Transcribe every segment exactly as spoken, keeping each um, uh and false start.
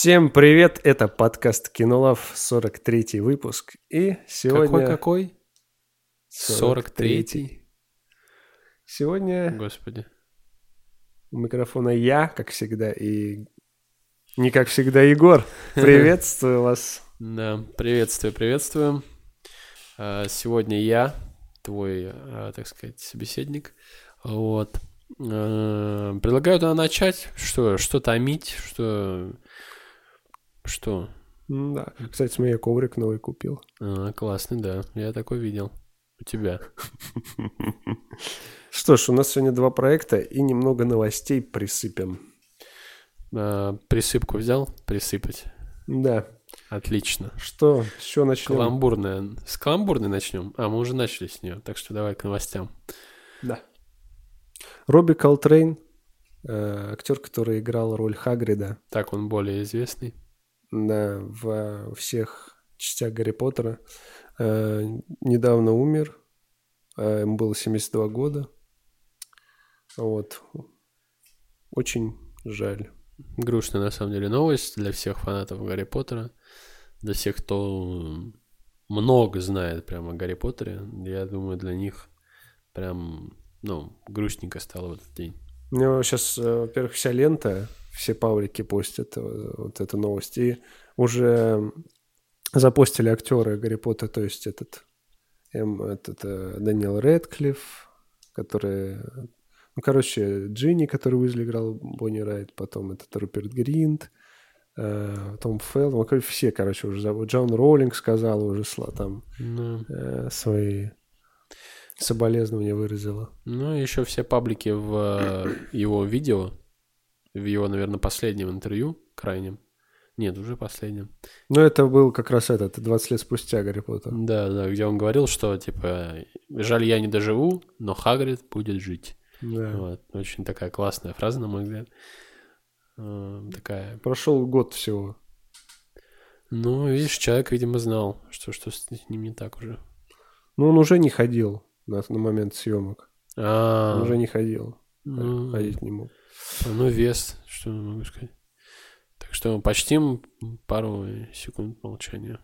Всем привет, это подкаст Кинолав, сорок третий выпуск. И сегодня... Какой-какой? сорок третий. Сегодня Господи. у микрофона я, как всегда, и не как всегда Егор. Приветствую вас. Да, приветствую, приветствую. А, Сегодня я, твой, а, так сказать, собеседник. Вот. А, Предлагаю тогда начать. Что, что томить, что... Что? Да. Кстати, смотри, я коврик новый купил. А, классный, да. Я такой видел. У тебя. Что ж, у нас сегодня два проекта и немного новостей присыпем. А, Присыпку взял? Присыпать. Да. Отлично. Что, с чего начнем? Каламбурная. С каламбурной начнем? А, мы уже начали с нее, так что давай к новостям. Да. Робби Колтрейн, э, актер, который играл роль Хагрида. Так он более известный. Да, во всех частях Гарри Поттера. Э, недавно умер. Э, ему было семьдесят два года. Вот. Очень жаль. Грустная, на самом деле, новость для всех фанатов Гарри Поттера, для всех, кто много знает прямо о Гарри Поттере. Я думаю, для них прям, ну, грустненько стало в этот день. У него сейчас, во-первых, вся лента, все паблики постят вот эту новость. И уже запостили актеры Гарри Поттера, то есть этот, эм, этот э, Дэниел Рэдклифф, который... Ну, короче, Джинни, который Уизли играл, Бонни Райт, потом этот Руперт Гринт, э, Том Феллон, ну, короче, все, короче, уже зовут. Джон Роулинг сказал уже там Ну, э, свои соболезнования выразила. ну, еще все паблики в э, его видео, в его, наверное, последнем интервью, крайнем. Нет, уже последнем. Ну, это был как раз этот, двадцать лет спустя Гарри Поттер. Да, да, где он говорил, что, типа, жаль, я не доживу, но Хагрид будет жить. Да. Вот. Очень такая классная фраза, на мой взгляд. Э, Такая. Прошел год всего. Ну, видишь, человек, видимо, знал, что, что с ним не так уже. Ну, он уже не ходил на, на момент съемок. А, Он уже не ходил. ну, Ходить не мог. ну, вес, что я могу сказать. Так что почтим пару секунд молчания.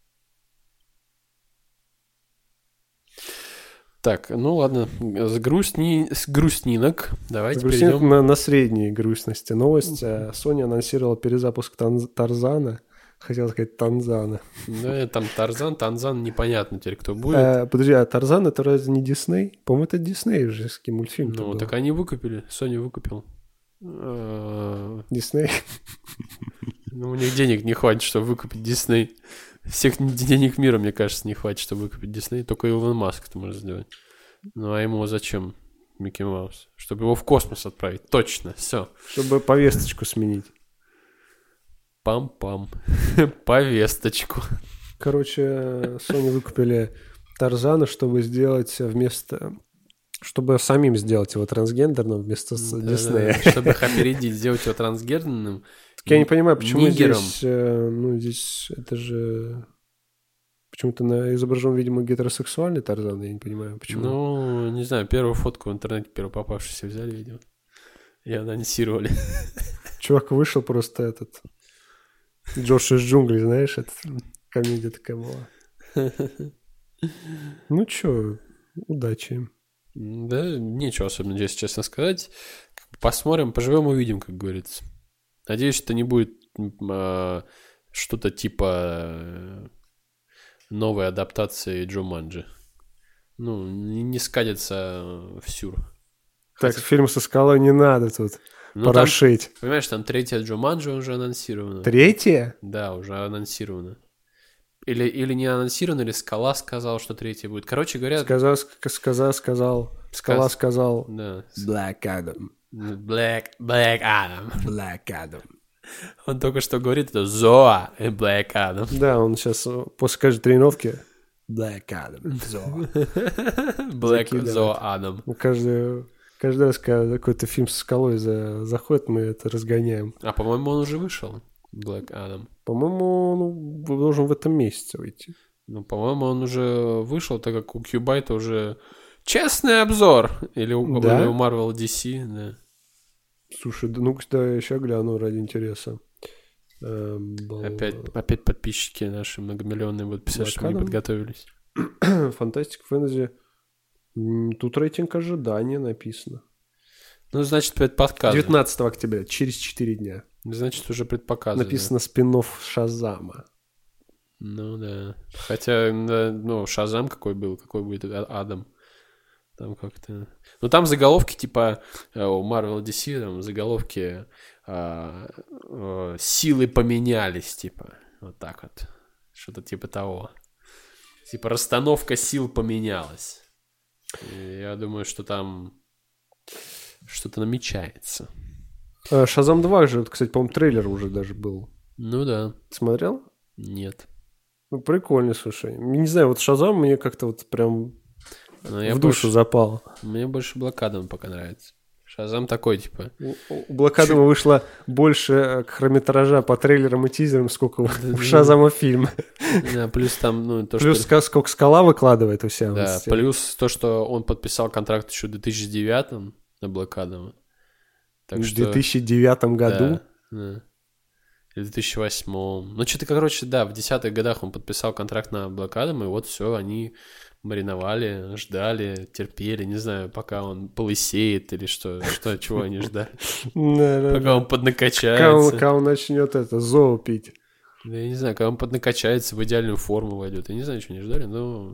Так, ну ладно, с, грустни... с грустнинок давайте Грустинок перейдем. на, на средней грустности. Новость. Sony анонсировала перезапуск Тан- Тарзана. Хотел сказать Танзана. Да, там Тарзан, Танзан, непонятно теперь, кто будет. А, подожди, а Тарзан это разве не Дисней? По-моему, это диснеевский мультфильм. Ну, так они выкупили, Sony выкупил. А, Дисней. Ну, у них денег не хватит, чтобы выкупить Дисней. Всех денег мира, мне кажется, не хватит, чтобы выкупить Дисней. Только Илон Маск это может сделать. Ну, а ему зачем Микки Маус? Чтобы его в космос отправить. Точно, все. Чтобы повесточку сменить. Пам-пам. Повесточку. Короче, Sony выкупили Тарзана, чтобы сделать вместо... Чтобы самим сделать его трансгендерным вместо Диснея. Да-да, чтобы их опередить, сделать его трансгендерным. Я не понимаю, почему нигером. здесь... э, Ну, здесь это же... Почему-то на изображен, видимо, гетеросексуальный Тарзан, я не понимаю, почему. Ну, не знаю, первую фотку в интернете, первую попавшуюся взяли, видимо, и анонсировали. Чувак вышел просто этот... Джош из джунглей, знаешь, это комедия такая была. Ну чё, удачи им. Да, нечего особенно здесь, честно сказать. Посмотрим, поживем, увидим, как говорится. Надеюсь, что не будет а, что-то типа э, новой адаптации Джуманджи. Ну, не, не скатится в сюр. Так, Хотя- фильм со скалой не надо тут Ну, там, порошить. понимаешь, там третья Джуманджи уже анонсирована. Третье? Да, уже анонсировано. Или, или не анонсировано, или Скала сказал, что третья будет. Короче говоря... Сказал, ск- сказал, сказал. Скала Сказ- сказал. Да. Black Adam. Black, Black Adam. Black Adam. Он только что говорит, это Зоа и Black Adam. Да, он сейчас после каждой тренировки Black Adam. Зоо. Black Закидывает. Зоа Адам. Ну, каждый, каждый раз, когда какой-то фильм со скалой за, заходит, мы это разгоняем. А по-моему, он уже вышел, Black Adam. По-моему, он должен в этом месяце выйти. Ну, по-моему, он уже вышел, так как у Кьюбайта уже честный обзор. Или у, Да? или у Marvel ди си, да. Слушай, да ну-ка, да, еще гляну ради интереса. э, был... Опять, опять подписчики наши многомиллионные будут писать, что мы не подготовились. Фантастика, фэнтези. Тут рейтинг ожидания написано. Ну, значит, предпоказано. девятнадцатого октября, через четыре дня. Значит, уже предпоказано. Написано спин-офф Шазама. Ну, да. Хотя, ну, Шазам какой был, какой будет Адам. Там как-то... Ну, там заголовки, типа, у Marvel ди си, там заголовки а, а, силы поменялись, типа. Вот так вот. Что-то типа того. Типа, расстановка сил поменялась. И я думаю, что там что-то намечается. Шазам два же, кстати, по-моему, трейлер уже даже был. Ну да. Смотрел? Нет. Ну, прикольно, слушай. Не знаю, вот Шазам мне как-то вот прям Но я в душу больше... запал. Мне больше Блэк Адам пока нравится. Шазам такой, типа... У Блэк Адама вышло больше хронометража по трейлерам и тизерам, сколько у Шазама фильм. Да, плюс там, ну, то, плюс что... сколько Скала выкладывает у себя. Да, плюс то, что он подписал контракт еще в две тысячи девятом на Блэк Адама. В две тысячи девятом году? Да, да. Или в две тысячи восьмом. Ну, что-то, короче, да, в десятых годах он подписал контракт на Блэк Адам, и вот все, они мариновали, ждали, терпели, не знаю, пока он полысеет или что, что чего они ждали. Пока он поднакачается. Пока он начнет это, зоо пить. Да я не знаю, когда он поднакачается, в идеальную форму войдет. Я не знаю, чего они ждали, но...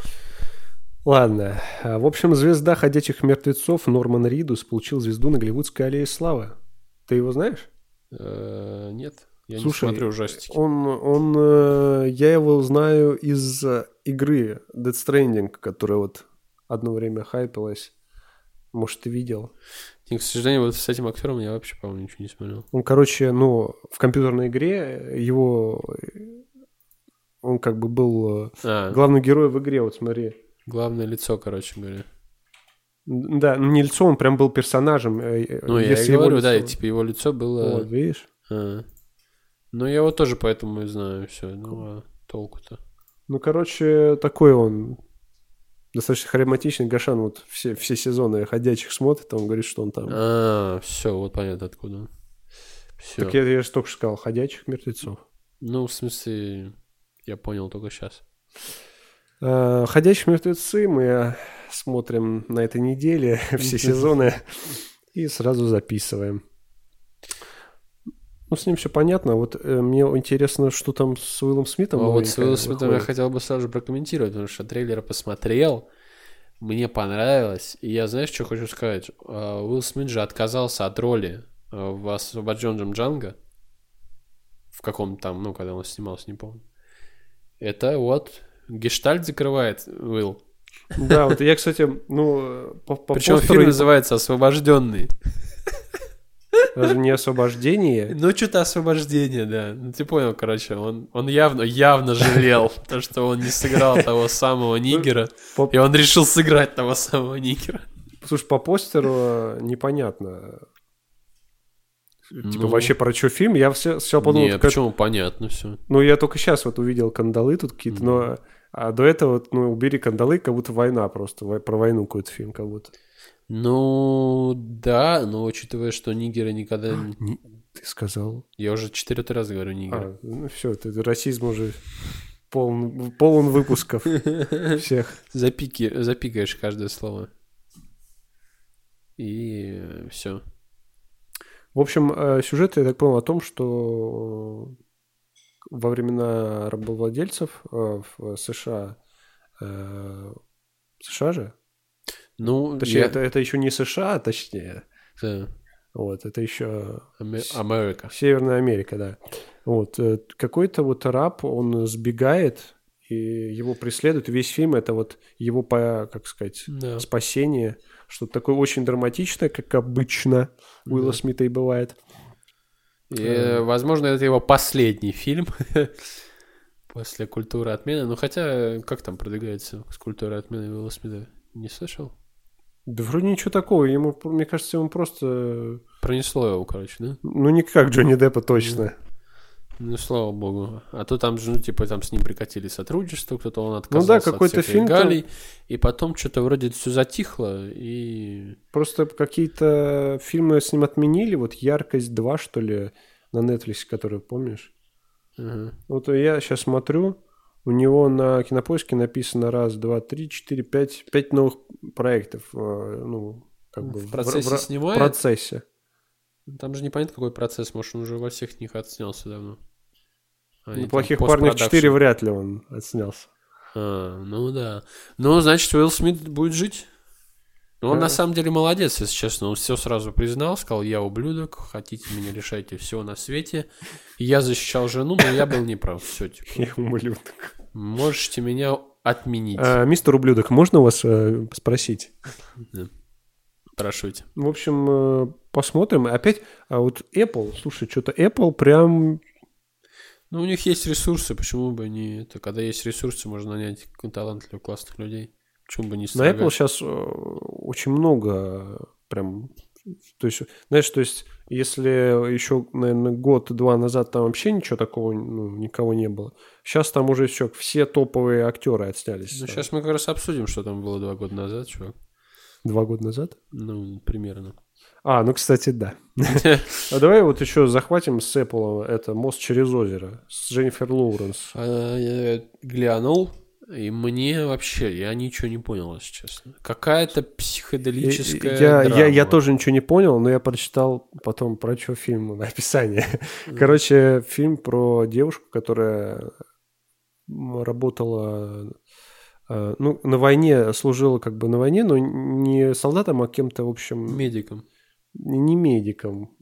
Ладно. В общем, звезда «Ходячих мертвецов» Норман Ридус получил звезду на Голливудской аллее славы. Ты его знаешь? Нет. Я Слушай, не смотрю ужастики. Он, он, я его знаю из игры Death Stranding, которая вот одно время хайпилась. Может, ты видел? И, к сожалению, вот с этим актером я вообще, по-моему, ничего не смотрел. Он, короче, ну, в компьютерной игре его... Он как бы был а. главным героем в игре, вот смотри. Главное лицо, короче говоря. Да, не лицо, он прям был персонажем. Ну, я и говорю, да, и, типа его лицо было... Вот, видишь? А. Ну, я его тоже поэтому и знаю, все. Ну, а толку-то? Ну, короче, такой он достаточно харизматичный. Гошан вот все, все сезоны «Ходячих» смотрит, он говорит, что он там... А, все, вот понятно откуда. Все. Так я, я же только что сказал «Ходячих мертвецов». Ну, в смысле, я понял только сейчас. «Ходячие мертвецы» мы смотрим на этой неделе все сезоны и сразу записываем. Ну, с ним все понятно. Вот э, мне интересно, что там с Уиллом Смитом. А вот с Уиллом Смитом я хотел бы сразу же прокомментировать, потому что трейлер посмотрел, мне понравилось. И я, знаешь, что хочу сказать? Уилл Смит же отказался от роли в «Освобожденном Джанго». В каком там, ну, когда он снимался, не помню. Это вот гештальт закрывает Уилл. Да, вот я, кстати, ну... По, по Причем постеру... фильм называется «Освобожденный». Даже не «Освобождение». Ну, что-то «Освобождение», да. Ну, ты понял, короче, он, он явно, явно жалел то, что он не сыграл того самого нигера, по... и он решил сыграть того самого нигера. Слушай, по постеру непонятно. Типа, ну... вообще про что фильм? Я все, все подумал... Нет, почему как... понятно все. Ну, я только сейчас вот увидел кандалы тут какие-то, mm. но... А до этого, ну, убери кандалы, как будто война просто. Про войну какой-то фильм как будто. Ну, да, но учитывая, что нигеры никогда... А, не... Ты сказал? Я уже четвертый раз говорю нигеры. А, ну все, это расизм уже полон, полон выпусков всех. Запики, запикаешь каждое слово. И все. В общем, сюжет, я так понял, о том, что во времена рабовладельцев в США... США же? Ну, точнее, я... это, это еще не США, точнее. Да. Вот, это еще... Америка. Северная Америка, да. Вот, какой-то вот раб, он сбегает, и его преследуют. Весь фильм — это вот его, по, как сказать, да. спасение. Что-то такое очень драматичное, как обычно у Уилла да. Смита и бывает. И, а... возможно, это его последний фильм после «Культуры отмены». Ну, хотя, как там продвигается с «Культурой отмены» Уилла Смита? Не слышал? Да вроде ничего такого. Ему, мне кажется, ему просто... Пронесло его, короче, да? Ну, не как Джонни Деппа точно. Ну, слава богу. А то там же, ну, типа, там с ним прекратили сотрудничество, кто-то он отказался ну, да, какой-то от всех фильм регалий, там... и потом что-то вроде все затихло, и... Просто какие-то фильмы с ним отменили, вот «Яркость два», что ли, на Netflix, который, помнишь? Угу. Вот я сейчас смотрю, у него на Кинопоиске написано раз, два, три, четыре, пять, пять новых проектов. Ну, как бы в процессе в, в, снимает? В процессе. Там же непонятно, какой процесс. Может, он уже во всех них отснялся давно. Ну, «Плохих парней четыре» вряд ли он отснялся. А, ну да. Ну, значит, Уилл Смит будет жить. Ну, он да. на самом деле молодец, если честно. Он все сразу признал, сказал: я ублюдок, хотите меня, решайте все на свете. Я защищал жену, но я был неправ. Все, типа. Я ублюдок. Можете меня отменить. А, мистер ублюдок, можно вас э, спросить? Да. Спрашивайте. В общем, э, посмотрим. Опять, а вот Apple, слушай, что-то Apple прям... Ну, у них есть ресурсы, почему бы не... Это, когда есть ресурсы, можно нанять талантливых, классных людей. Почему бы не строгать? На Apple сейчас э, очень много прям... То есть, знаешь, то есть, если еще, наверное, год-два назад там вообще ничего такого, ну, никого не было, сейчас там уже все, все топовые актеры отснялись. Ну, сейчас мы как раз обсудим, что там было два года назад, чувак. Два года назад? Ну, примерно. А, ну, кстати, да. А давай вот еще захватим с Apple это «Мост через озеро» с Дженнифер Лоуренс. Я глянул, и мне вообще, я ничего не понял, если честно. Какая-то психоделическая я, драма. Я, я тоже ничего не понял, но я прочитал потом про что фильм, описание. Короче, фильм про девушку, которая работала... Ну, на войне, служила как бы на войне, но не солдатом, а кем-то, в общем... Медиком. Не медиком.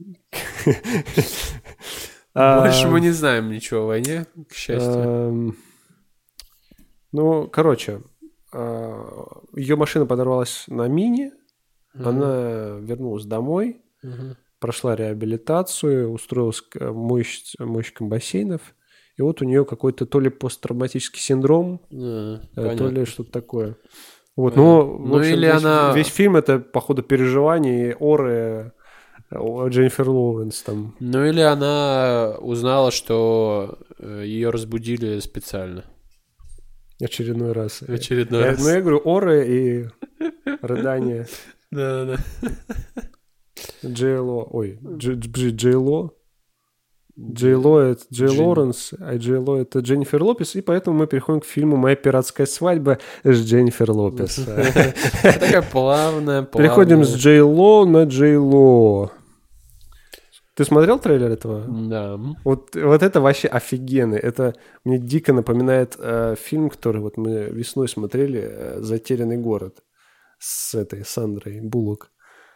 Больше мы не знаем ничего о войне, к счастью. Ну, короче, ее машина подорвалась на мине, она вернулась домой, прошла реабилитацию, устроилась мойщиком бассейнов. И вот у нее какой-то то ли посттравматический синдром, а, то ли что-то такое. Вот, но, ну, в общем, или весь, она... весь фильм это, походу, переживания Оры, Дженнифер Лоуренс там. Ну, или она узнала, что ее разбудили специально. Очередной раз. Очередной я, раз. Ну, я говорю, Оры и рыдания. Да-да-да. Джей Ло, ой, Джей Ло. Джей Ло это Джей Джин. Лоуренс, а Джей Ло это Дженнифер Лопес, и поэтому мы переходим к фильму «Моя пиратская свадьба» с Дженнифер Лопес. Такая плавная, плавная. Переходим с Джей Ло на Джей Ло. Ты смотрел трейлер этого? Да. Вот, вот это вообще офигенно. Это мне дико напоминает э, фильм, который вот мы весной смотрели, э, «Затерянный город» с этой Сандрой Буллок.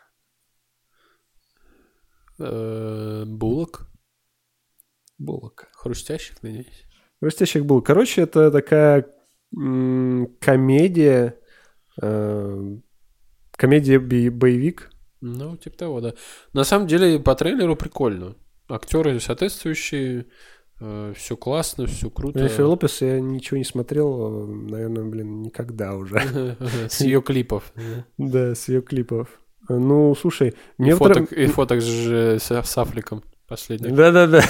Буллок? Буллок. Хрустящих, надеюсь? Хрустящих Буллок. Короче, это такая м- комедия, э- комедия-боевик. Ну, типа того, да. На самом деле, по трейлеру прикольно. Актеры соответствующие, э- все классно, все круто. Дженнифер Лопес я ничего не смотрел, наверное, блин, никогда уже. С ее клипов. Да, с ее клипов. Ну, слушай... И фоток с Аффлеком. Последний. Да-да-да.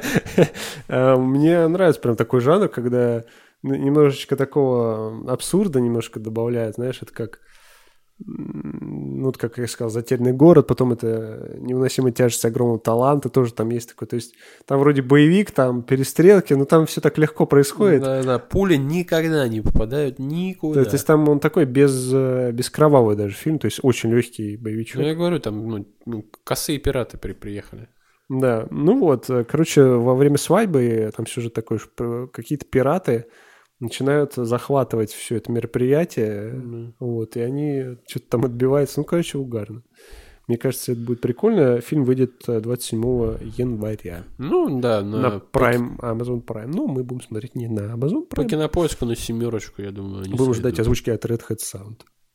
Мне нравится прям такой жанр, когда немножечко такого абсурда немножко добавляют, знаешь, это как, ну, вот как я сказал, «Затерянный город», потом это «Невыносимая тяжесть огромного таланта», тоже там есть такой, то есть там вроде боевик, там перестрелки, но там все так легко происходит. Да-да, пули никогда не попадают никуда. Да, то есть там он такой без, без кровавый даже фильм, то есть очень легкий боевичок. Ну, я говорю, там ну, косые пираты при, приехали. Да, ну вот, короче, во время свадьбы там сюжет такой, что какие-то пираты начинают захватывать все это мероприятие, mm-hmm. вот, и они что-то там отбиваются, ну, короче, угарно. Мне кажется, это будет прикольно. Фильм выйдет двадцать седьмого января. Ну, да. На, на Prime, по... Amazon Prime. Ну, мы будем смотреть не на Amazon Prime. По Кинопоиску на семерочку, я думаю. Будем ждать озвучки от Red Hat Sound.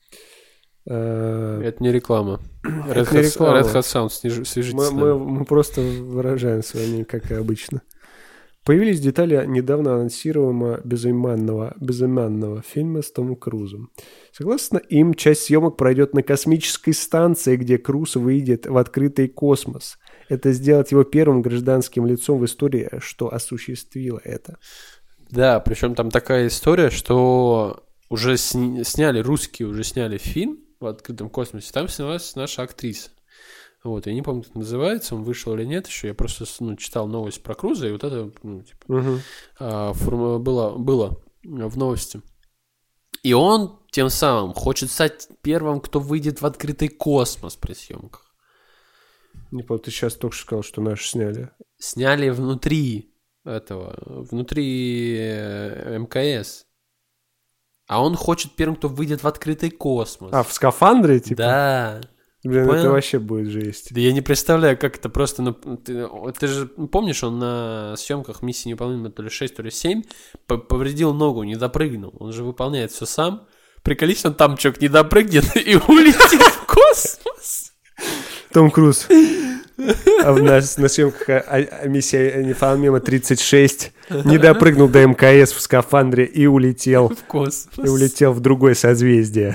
Это не реклама. Red Hat, Red Hat Sound, свяжитесь мы, с нами. Мы, мы просто выражаем свое мнение, как и обычно. Появились детали недавно анонсируемого безымянного, безымянного фильма с Томом Крузом. Согласно им, часть съемок пройдет на космической станции, где Круз выйдет в открытый космос. Это сделать его первым гражданским лицом в истории, что осуществило это. Да, причем там такая история, что уже сня- сняли, русские уже сняли фильм в открытом космосе, там снялась наша актриса. Вот, я не помню, как это называется, он вышел или нет еще. Я просто ну, читал новость про Круза, и вот это, ну, типа, Угу. а, форму- было, было в новости. И он тем самым хочет стать первым, кто выйдет в открытый космос при съемках. Не помню, ты сейчас только что сказал, что наши сняли. Сняли внутри этого, внутри э, МКС. А он хочет первым, кто выйдет в открытый космос. А, в скафандре, типа? Да. Блин, Понял? это вообще будет жесть. Да я не представляю, как это просто... Ну, ты, ты же помнишь, он на съемках «Миссии невыполнима» то ли шесть, то ли семь повредил ногу, не допрыгнул. Он же выполняет все сам. Приколись, он там чё-то не допрыгнет и улетит в космос. Том Круз. А в нас на съемках а, а, «Миссия невыполнима» тридцать шесть не допрыгнул до МКС в скафандре и улетел. В космос. И улетел в другое созвездие.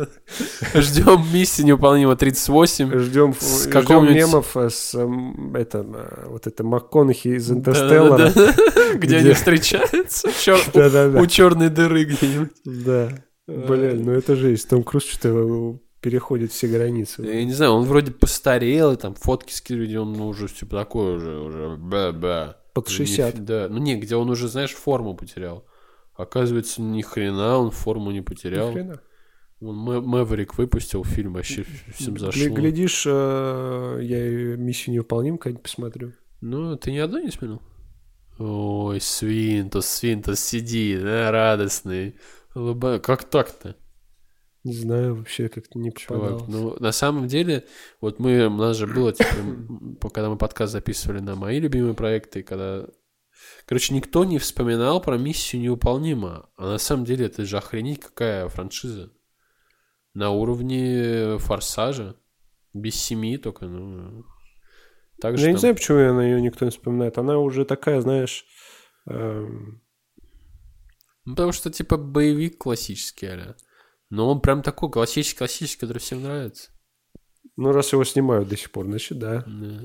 Ждем «Миссии невыполнима» тридцать восемь. Ждем, С ждем какого-нибудь- мемов с м, это, м, вот это МакКонахи из «Интерстеллара». Да-да-да. Где они Где- встречаются чёр- Да-да-да. у черной дыры где-нибудь. Да. Блин, ну это жесть. Том Круз что-то переходит все границы. Я не знаю, он вроде постарел, и там фотки скидывает, где он ну, уже типа такой уже, уже бэ-бэ. Под шестьдесят. Не- Да, ну не, где он уже, знаешь, форму потерял. Оказывается, ни хрена он форму не потерял. Ни хрена. Он Мэ- Мэверик выпустил фильм, вообще всем Гля- зашло. Глядишь, э, я и «Миссию невыполнима» когда-нибудь посмотрю. Ну, ты ни одну не смотрел? Ой, Свинтус, Свинтус сидит, да, радостный. улыба- Как так-то? Не знаю, вообще как-то не попадалось. Чувак, ну, на самом деле, вот мы, у нас же было, типа, м, когда мы подкаст записывали на мои любимые проекты, когда... Короче, никто не вспоминал про «Миссию невыполнима», а на самом деле это же охренеть какая франшиза. На уровне «Форсажа», без семи только, ну... Так же Я не там- знаю, почему на нее никто не вспоминает. Она уже такая, знаешь... эм, Ну, потому что, типа, боевик классический, а но он прям такой классический-классический, который всем нравится. ну, раз его снимают до сих пор, значит, да. Да.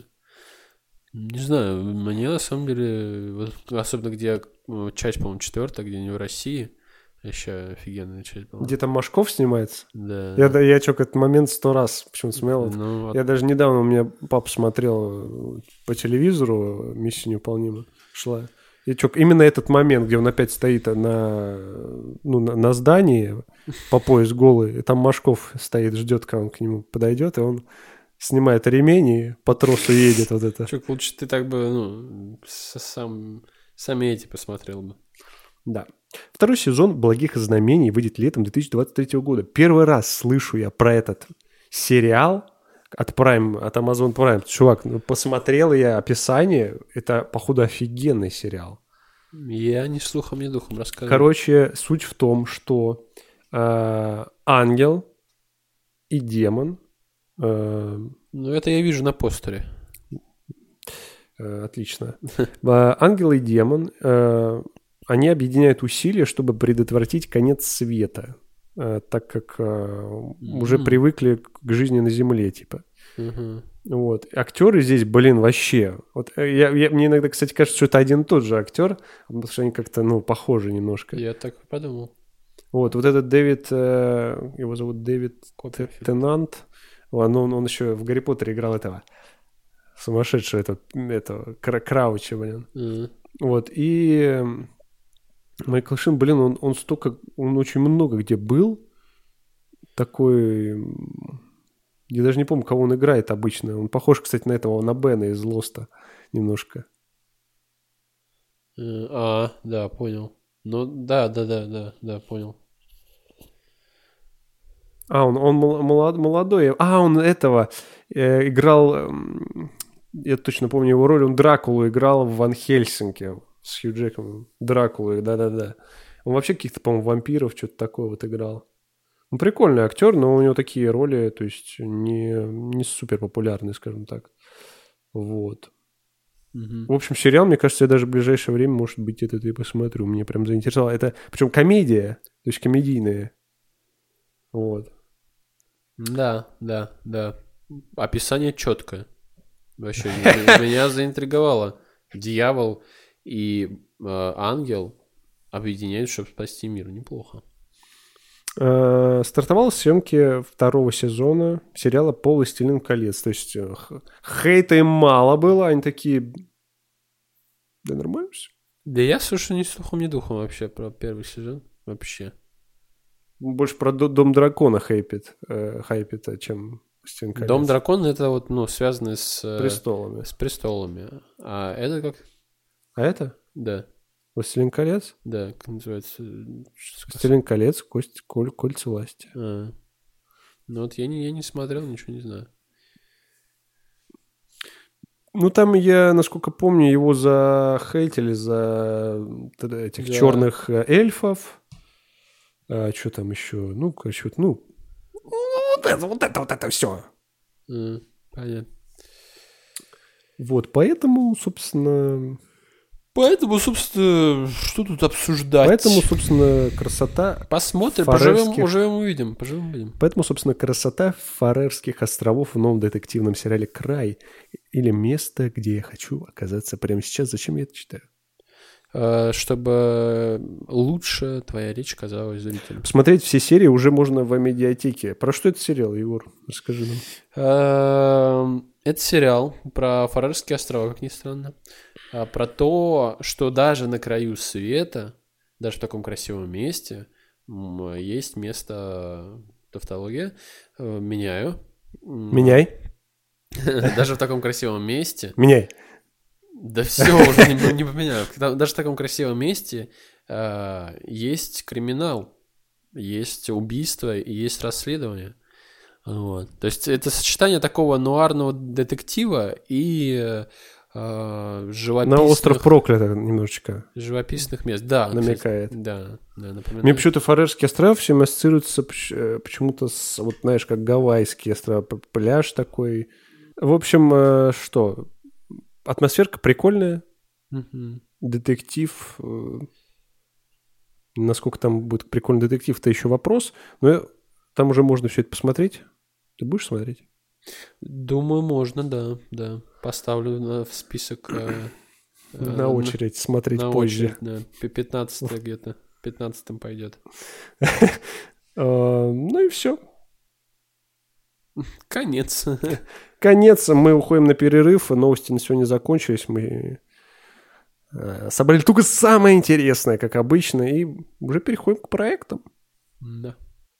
Не знаю, мне на самом деле, вот, особенно где ну, часть, по-моему, четвертая, где не в России, еще офигенная часть была. Где там Машков снимается? Да. Я, да- я что, этот момент сто раз почему-то смотрел. Ну, Я даже недавно, у меня папа смотрел по телевизору «Миссия невыполнима» шла. И что, именно этот момент, где он опять стоит на, ну, на, на здании по пояс голый, и там Машков стоит, ждет, когда он к нему подойдет, и он снимает ремень и по тросу едет вот это. Чувак, лучше ты так бы, ну, с- сам, сами эти посмотрел бы. Да. Второй сезон «Благих знамений» выйдет летом две тысячи двадцать третьего года. Первый раз слышу я про этот сериал от Prime, от Amazon Prime. Чувак, ну, посмотрел я описание. Это, походу, офигенный сериал. Я ни слухом, ни духом рассказываю. Короче, суть в том, что э, ангел и демон... э, Ну, это я вижу на постере. э, отлично. Э, Ангел и демон... э, Они объединяют усилия, чтобы предотвратить конец света, э, так как э, уже Мгм. привыкли к жизни на Земле, типа. Мгм. Вот. Актеры здесь, блин, вообще. Вот э, я, я- мне иногда, кстати, кажется, что это один и тот же актер, потому что они как-то, ну, похожи немножко. Я так и подумал. Вот, вот этот Дэвид, э, его зовут Дэвид Т- Копперфильд. Теннант, он, он, он еще в «Гарри Поттере» играл этого сумасшедшего, этого, этого Кра- Крауча, блин. Мгм. Вот, и э, Майкл Шин, блин, он, он столько, он очень много где был, такой, м, я даже не помню, кого он играет обычно, он похож, кстати, на этого, на Бена из «Лоста» немножко. Э, А, да, понял. Ну, да, да, да, да, да, понял. А, он, он мол- молод- молодой, а, он этого э, играл, эм, я точно помню его роль, он Дракулу играл в «Ван Хельсинге» с Хью Джеком, Дракулу, да-да-да. Он вообще каких-то, по-моему, вампиров, что-то такое вот играл. Ну, прикольный актер, но у него такие роли, то есть не, не супер популярные, скажем так. Вот. Мгм. В общем, сериал, мне кажется, я даже в ближайшее время, может быть, этот и посмотрю. Мне прям заинтересовало. Это, причем комедия, то есть комедийная. Вот. Да, да, да. Описание четкое. Вообще, меня меня заинтриговало. Дьявол и э, ангел объединяют, чтобы спасти мир. Неплохо. Э, стартовал съемки второго сезона сериала «Властелин колец». То есть э, х- хейта им мало было, они такие... Да нормально все. Да я, слушай, ни слухом, ни духом вообще про первый сезон. Вообще. Больше про Д- Дом дракона хайпит, э, хайпит, а чем «Властелин колец». Дом дракона это вот, ну, связано с... э, Престолами. С престолами. А это как? А это Да. «Властелин колец»? Да, как называется? «Властелин колец. Кость, коль, кольца власти». А. Ну вот я не, я не смотрел, ничего не знаю. Ну, там я, насколько помню, его захейтили за тогда этих Да. черных э, эльфов. А, что там еще? Ну, короче, вот, ну, вот это, вот это, вот это все. А, понятно. Вот, поэтому, собственно, Поэтому, собственно, что тут обсуждать? поэтому, собственно, красота, Посмотрим, Фарерских- поживем, уживем, увидим. Поживем, увидим. поэтому, собственно, красота Фарерских островов в новом детективном сериале «Край» или «Место, где я хочу оказаться прямо сейчас». Зачем я это читаю? А, чтобы лучше твоя речь казалась зрителям. Посмотреть все серии уже можно в медиатеке. Про что это сериал, Егор? Расскажи нам. А, Это сериал про Фарерские острова, как ни странно. А, Про то, что даже на краю света, даже в таком красивом месте, м, есть место, тавтология, э, меняю. М, Меняй. Даже в таком красивом месте. Меняй. Да все, уже не, не поменяю. Там даже в таком красивом месте а, есть криминал, есть убийство и есть расследование. Вот. То есть это сочетание такого нуарного детектива и а, живописных, На остров проклятых немножечко живописных мест. Да, намекает. кстати, да, да, напоминает. Мне почему-то Фарерские острова всем ассоциируются поч- э, почему-то с, вот знаешь, как Гавайские острова, п- пляж такой. В общем, э, что? Атмосферка прикольная, Мгм. детектив. э, Насколько там будет прикольный детектив, это еще вопрос. Но я- там уже можно все это посмотреть. Ты будешь смотреть? Думаю, можно, да, да. Поставлю на- в список. э, э, На очередь смотреть на позже. очередь, да. П- пятнадцатое где-то. Пятнадцатым пойдет. А, Ну и все. Конец. Конец. Мы уходим на перерыв. Новости на сегодня закончились. Мы э, собрали только самое интересное, как обычно, и уже переходим к проектам. Да.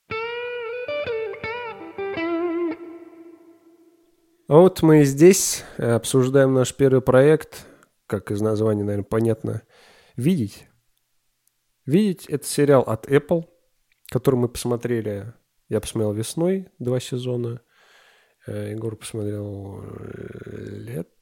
А вот мы и здесь э, обсуждаем наш первый проект. Как из названия, наверное, понятно. «Видеть». «Видеть» — это сериал от Apple, который мы посмотрели. Я посмотрел весной два сезона. Э, Егор посмотрел э,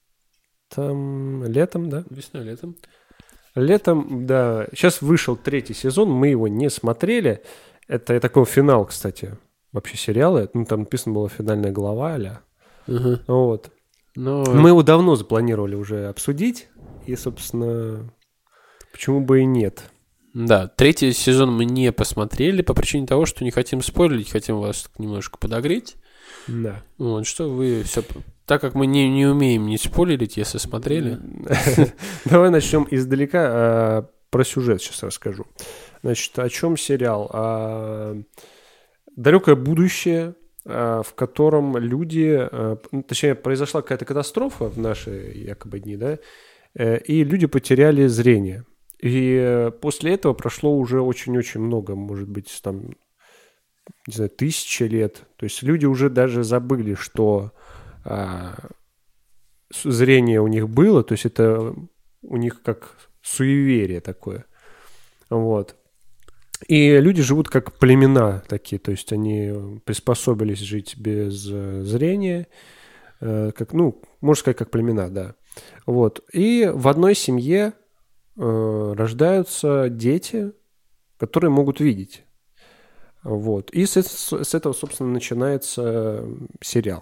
летом. Летом, да? Весной, летом. Летом, да. Сейчас вышел третий сезон, мы его не смотрели. Это такой финал, кстати, вообще сериала. Ну, там написано была финальная глава, а-ля. Ага. Вот. Но Мы его давно запланировали уже обсудить. И, собственно, почему бы и нет. да, третий сезон мы не посмотрели по причине того, что не хотим спойлерить, хотим вас немножко подогреть. Да. Вот, что вы все... Так как мы не, не умеем не спойлерить, если смотрели. Давай начнем издалека. а, Про сюжет сейчас расскажу. Значит, о чем сериал? А, Далекое будущее, а, в котором люди... а, ну, Точнее, произошла какая-то катастрофа в наши якобы дни, да? э, И люди потеряли зрение. И э, после этого прошло уже очень-очень много, может быть, там, не знаю, тысячи лет. То есть люди уже даже забыли, что а, с- зрение у них было, то есть это у них как суеверие такое. Вот. И люди живут как племена такие, то есть они приспособились жить без э, зрения, э, как, ну, можно сказать, как племена, да. Вот. И в одной семье э, рождаются дети, которые могут видеть. Вот. И с, эт- с этого, собственно, начинается сериал.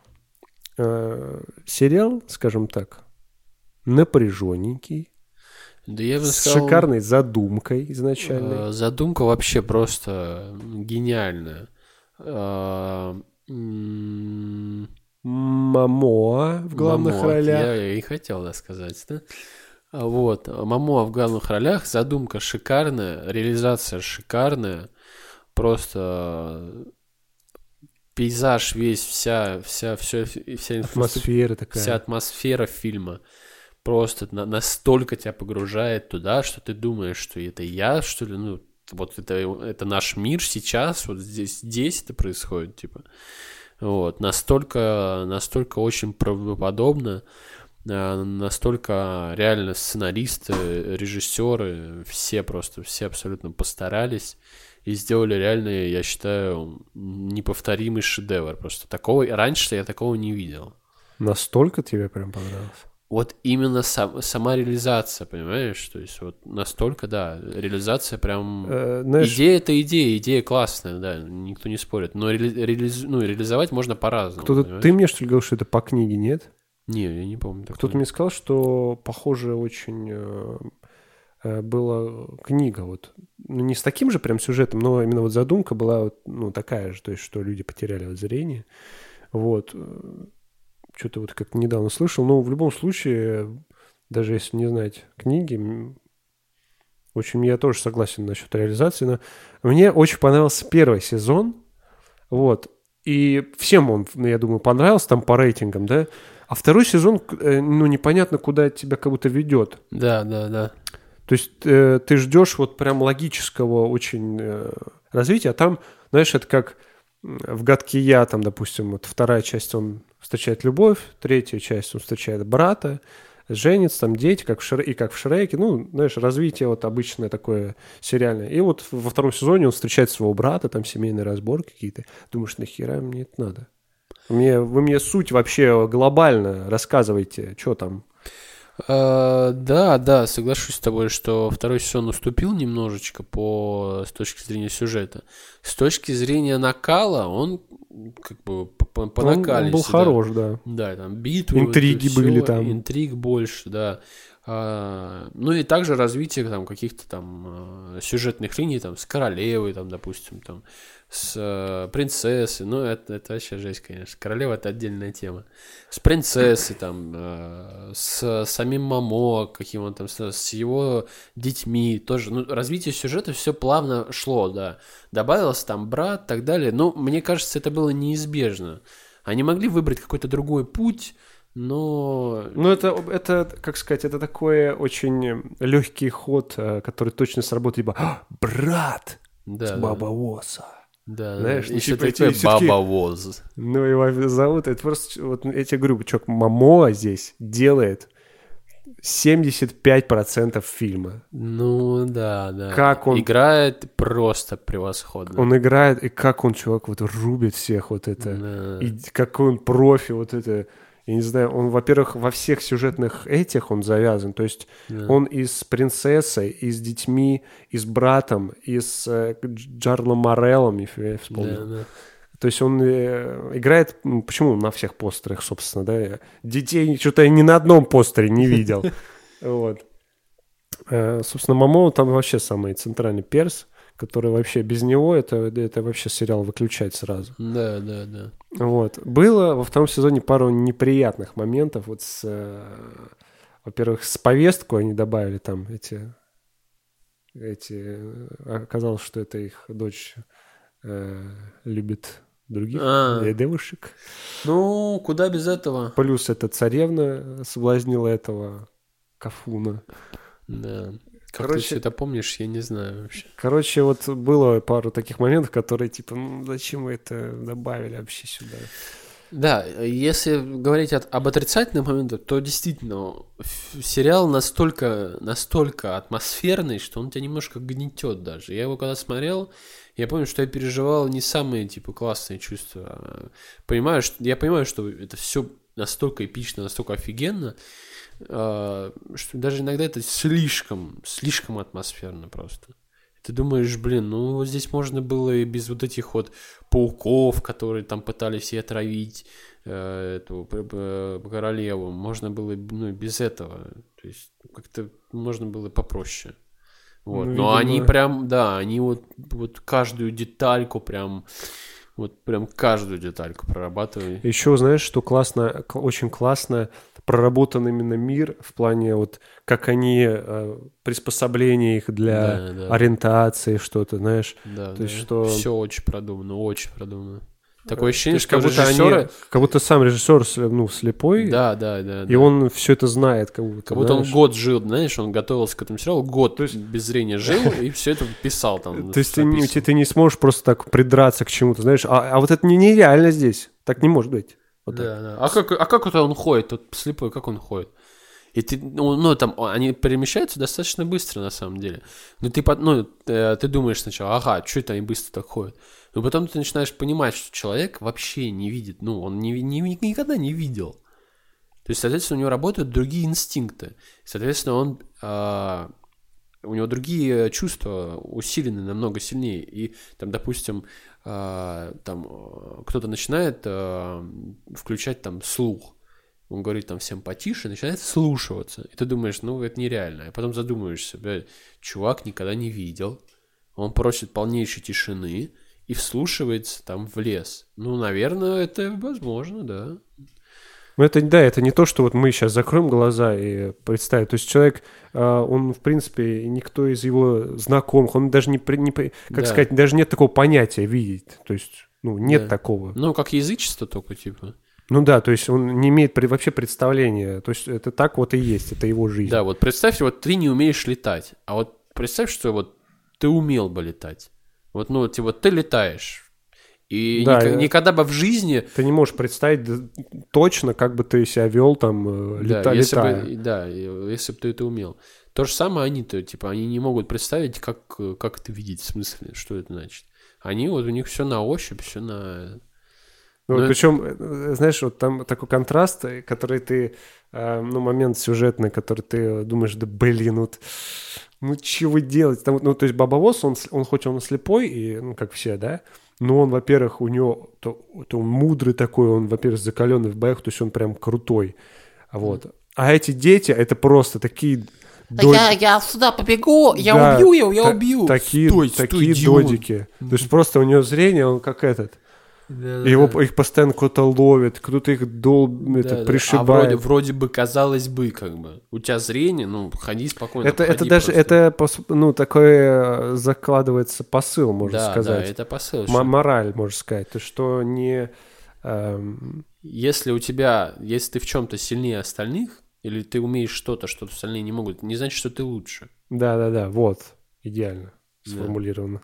Э, Сериал, скажем так, напряженненький, Да я бы с сказал, шикарной задумкой изначальной. э, задумка вообще просто гениальная. Э, м, Мамоа в главных Мамоа, ролях. Я и хотел, да, сказать, да? А Вот, Мамоа в главных ролях, задумка шикарная, реализация шикарная. просто пейзаж весь, вся, вся, вся, вся атмосфера такая. Вся атмосфера фильма просто на, настолько тебя погружает туда, что ты думаешь, что это я, что ли, ну, вот это, это наш мир сейчас, вот здесь, здесь это происходит, типа. Вот, настолько, настолько очень правдоподобно, настолько реально сценаристы, режиссеры, все просто, все абсолютно постарались и сделали реально, я считаю, неповторимый шедевр. Просто такого, раньше я такого не видел. Настолько тебе прям понравилось? Вот именно сам, сама реализация, понимаешь? То есть вот настолько, да, реализация прям... Э, знаешь... Идея — это идея, идея классная, да, никто не спорит. Но ре, реализ... ну, реализовать можно по-разному. Кто-то... Ты мне, что ли, говорил, что это по книге, нет? Не, я не помню. Кто-то мне сказал, что похоже очень э, э, была книга, вот, ну, не с таким же прям сюжетом, но именно вот задумка была, ну, такая же, то есть, что люди потеряли вот зрение. Вот. Что-то вот как недавно слышал, но в любом случае, даже если не знать книги, в общем, я тоже согласен насчет реализации. Но мне очень понравился первый сезон, вот, и всем он, я думаю, понравился там по рейтингам, да, а второй сезон, ну, непонятно, куда тебя как будто ведет. Да, да, да. То есть э, ты ждешь вот прям логического очень э, развития, а там, знаешь, это как в «Гадкий я», там, допустим, вот вторая часть он встречает любовь, третья часть он встречает брата, женится, там дети, как в Шре... и как в Шреке, ну, знаешь, развитие вот обычное такое сериальное. И вот во втором сезоне он встречает своего брата, там семейные разборки какие-то. Думаешь, нахера мне это надо? Мне, вы мне суть вообще глобально рассказывайте, что там. Uh, да, да, соглашусь с тобой, что второй сезон уступил немножечко по, с точки зрения сюжета. С точки зрения накала он как бы по, по он, накале. Он был всегда. хорош, да. Да, там битвы. Интриги вот, были все, там. Интриг больше, да. А, ну и также развитие там каких-то там сюжетных линий там с королевой, там, допустим, там с э, принцессой, ну это, это вообще жесть, конечно. Королева — это отдельная тема. С принцессой, там, э, с самим Момо, каким он там, с, с его детьми тоже. Ну, развитие сюжета все плавно шло, да. Добавился там брат и так далее. Но мне кажется, это было неизбежно. Они могли выбрать какой-то другой путь, но... Ну, это, это, как сказать, это такой очень легкий ход, который точно сработает, типа «А, брат да, с да. Баба Воса». Да, знаешь, да. Ну, Еще типа, такой эти, Баба Воз. Ну, его зовут, это просто, вот я тебе говорю, чувак, Момо здесь делает семьдесят пять процентов фильма. Ну, да, да. Как он... Играет просто превосходно. Он играет, и как он, чувак, вот рубит всех вот это. Да. И какой он профи, вот это... Я не знаю, он, во-первых, во всех сюжетных этих он завязан. То есть да. он и с принцессой, и с детьми, и с братом, и с э, Джарлом Мореллом, если я вспомнил. Да, да. То есть он э, играет... Почему на всех постерах, собственно, да? Детей что-то я ни на одном постере не видел. Вот. Собственно, Момо там вообще самый центральный перс, который вообще без него, это, это вообще сериал выключать сразу. Да, да, да. Вот. Было во втором сезоне пару неприятных моментов. Вот с, э, во-первых, с повестку они добавили там эти... эти оказалось, что это их дочь э, любит других а. девушек. Ну, куда без этого? Плюс эта царевна соблазнила этого Кафуна. Да. Как короче, ты все это помнишь, я не знаю вообще. Короче, вот было пару таких моментов, которые типа, ну зачем вы это добавили вообще сюда? Да, если говорить от, об отрицательных моментах, то действительно сериал настолько, настолько атмосферный, что он тебя немножко гнетет даже. Я его когда смотрел, я помню, что я переживал не самые типа классные чувства. Понимаю, что, я понимаю, что это все настолько эпично, настолько офигенно, что даже иногда это слишком, слишком атмосферно просто. Ты думаешь, блин, ну вот здесь можно было и без вот этих вот пауков, которые там пытались и отравить э, эту э, королеву. Можно было, ну, без этого. То есть как-то можно было попроще. Вот. Ну, но видимо... они прям, да, они вот, вот каждую детальку прям Вот прям каждую детальку прорабатывай. Еще, знаешь, что классно, к- очень классно проработан именно мир в плане вот как они, э, приспособления их для Да, да. ориентации, что-то, знаешь. Да, То есть, да. что... Все очень продумано, очень продумано. Такое То ощущение, есть, что как у будто, режиссера... они, как будто сам режиссер сли- ну, слепой, Да, да, да. и да. он все это знает. Как будто, Как будто знаешь. он год жил, знаешь, он готовился к этому сериалу, год То есть- без зрения жил и все это писал там. То есть ты не, прописывал. ты не сможешь просто так придраться к чему-то, знаешь. А, а вот это не- нереально здесь. Так не может быть. Вот так. Да, да. А как, а как вот он ходит, тот слепой, как он ходит? И ты, ну, ну, там, они перемещаются достаточно быстро, на самом деле. Но ты, под- ну, э, ты думаешь сначала, ага, что это они быстро так ходят? Но потом ты начинаешь понимать, что человек вообще не видит, ну, он не, не- никогда не видел. То есть, соответственно, у него работают другие инстинкты. Соответственно, он, а, у него другие чувства усилены намного сильнее. И там, допустим, а, там э, кто-то начинает а, включать там слух. Он говорит там всем потише, начинает вслушиваться. И ты думаешь, ну, это нереально. А потом задумываешься, блядь, чувак никогда не видел. Он просит полнейшей тишины и вслушивается там в лес. Ну, наверное, это возможно, да. Ну, это, да, это не то, что вот мы сейчас закроем глаза и представим. То есть человек, а, он, в принципе, никто из его знакомых, он даже не, при- не при- как Да. сказать, даже нет такого понятия видеть. То есть, ну, нет Да. такого. Ну, как язычество только, типа. Ну да, то есть он не имеет при- вообще представления. То есть это так вот и есть, это его жизнь. Да, вот представь, вот ты не умеешь летать. А вот представь, что вот ты умел бы летать. Вот, ну, типа, вот ты летаешь. И Да, ник- я- никогда бы в жизни... Ты не можешь представить д- точно, как бы ты себя вел там, э, Да, лета- если летая. бы, да, и- если бы ты это умел. То же самое они-то, типа, они не могут представить, как, э, как это видеть, в смысле, что это значит. Они, вот у них все на ощупь, все на... Ну, Ну, причем, э, знаешь, вот там такой контраст, э, который ты, э, ну, момент сюжетный, который ты думаешь, да блин, вот, ну, что вы делаете? Там, вот, ну, то есть Бабовоз, он, с- он хоть он и слепой, и, ну, как все, да, но он, во-первых, у него, то, то он мудрый такой, он, во-первых, закаленный в боях, то есть он прям крутой, вот. А эти дети, это просто такие... дод- Я, я сюда побегу, я Да, убью его, я та- убью. Такие, Стой, стой, такие Димон. додики. То есть просто у него зрение, он как этот. Да, И его, да. их постоянно кто-то ловит, кто-то их дол... Да, это, да. А пришибает. вроде, вроде бы, казалось бы, как бы, у тебя зрение, ну, ходи спокойно. Это, это походи даже, просто. это, пос- ну, такой э, закладывается посыл, можно да, сказать. Да, это посыл. М- что мораль, можно сказать. То, что не... эм, Если у тебя, если ты в чем-то сильнее остальных, или ты умеешь что-то, что остальные не могут, не значит, что ты лучше. Да-да-да, вот, идеально сформулировано.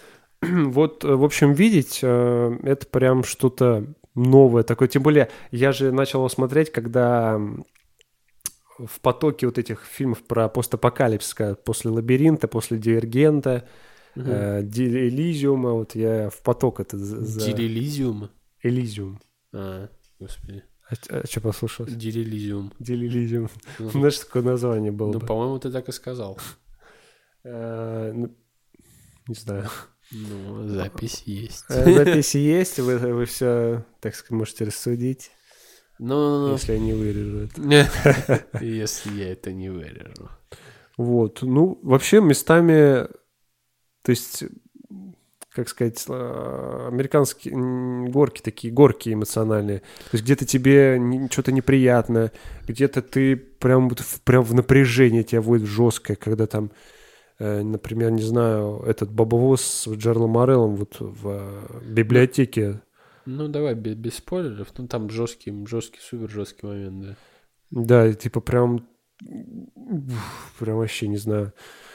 Вот, э, в общем, видеть, э, это прям что-то новое такое. Тем более, я же начал его смотреть, когда м, в потоке вот этих фильмов про постапокалипсис, когда после «Лабиринта», после «Дивергента», э, «Ди- «Элизиума», вот я в поток это... за- за- Дилилизиум. «Элизиум». А, господи. А, что послушалось? Дилилизиум. «Дилилизиум». Ну, Знаешь, такое название было ну, бы? по-моему, ты так и сказал. Э, ну, Не знаю. Ну, запись есть. Э, Записи есть, вы, вы все, так сказать, можете рассудить, Ну, если я не вырежу это. если я это не вырежу. Вот, ну, вообще местами, то есть, как сказать, э, американские м, горки такие, горки эмоциональные. То есть где-то тебе не- что-то неприятно, где-то ты прям, вот в- прям в напряжение тебя вводит жесткое, когда там, э, например, не знаю, этот Бабовоз с Джерлом Мореллом вот в э, библиотеке. Ну, давай без, без спойлеров. Ну, там жесткий, жесткий, супер жесткий момент, да. Да, и типа прям, уф, прям вообще не знаю.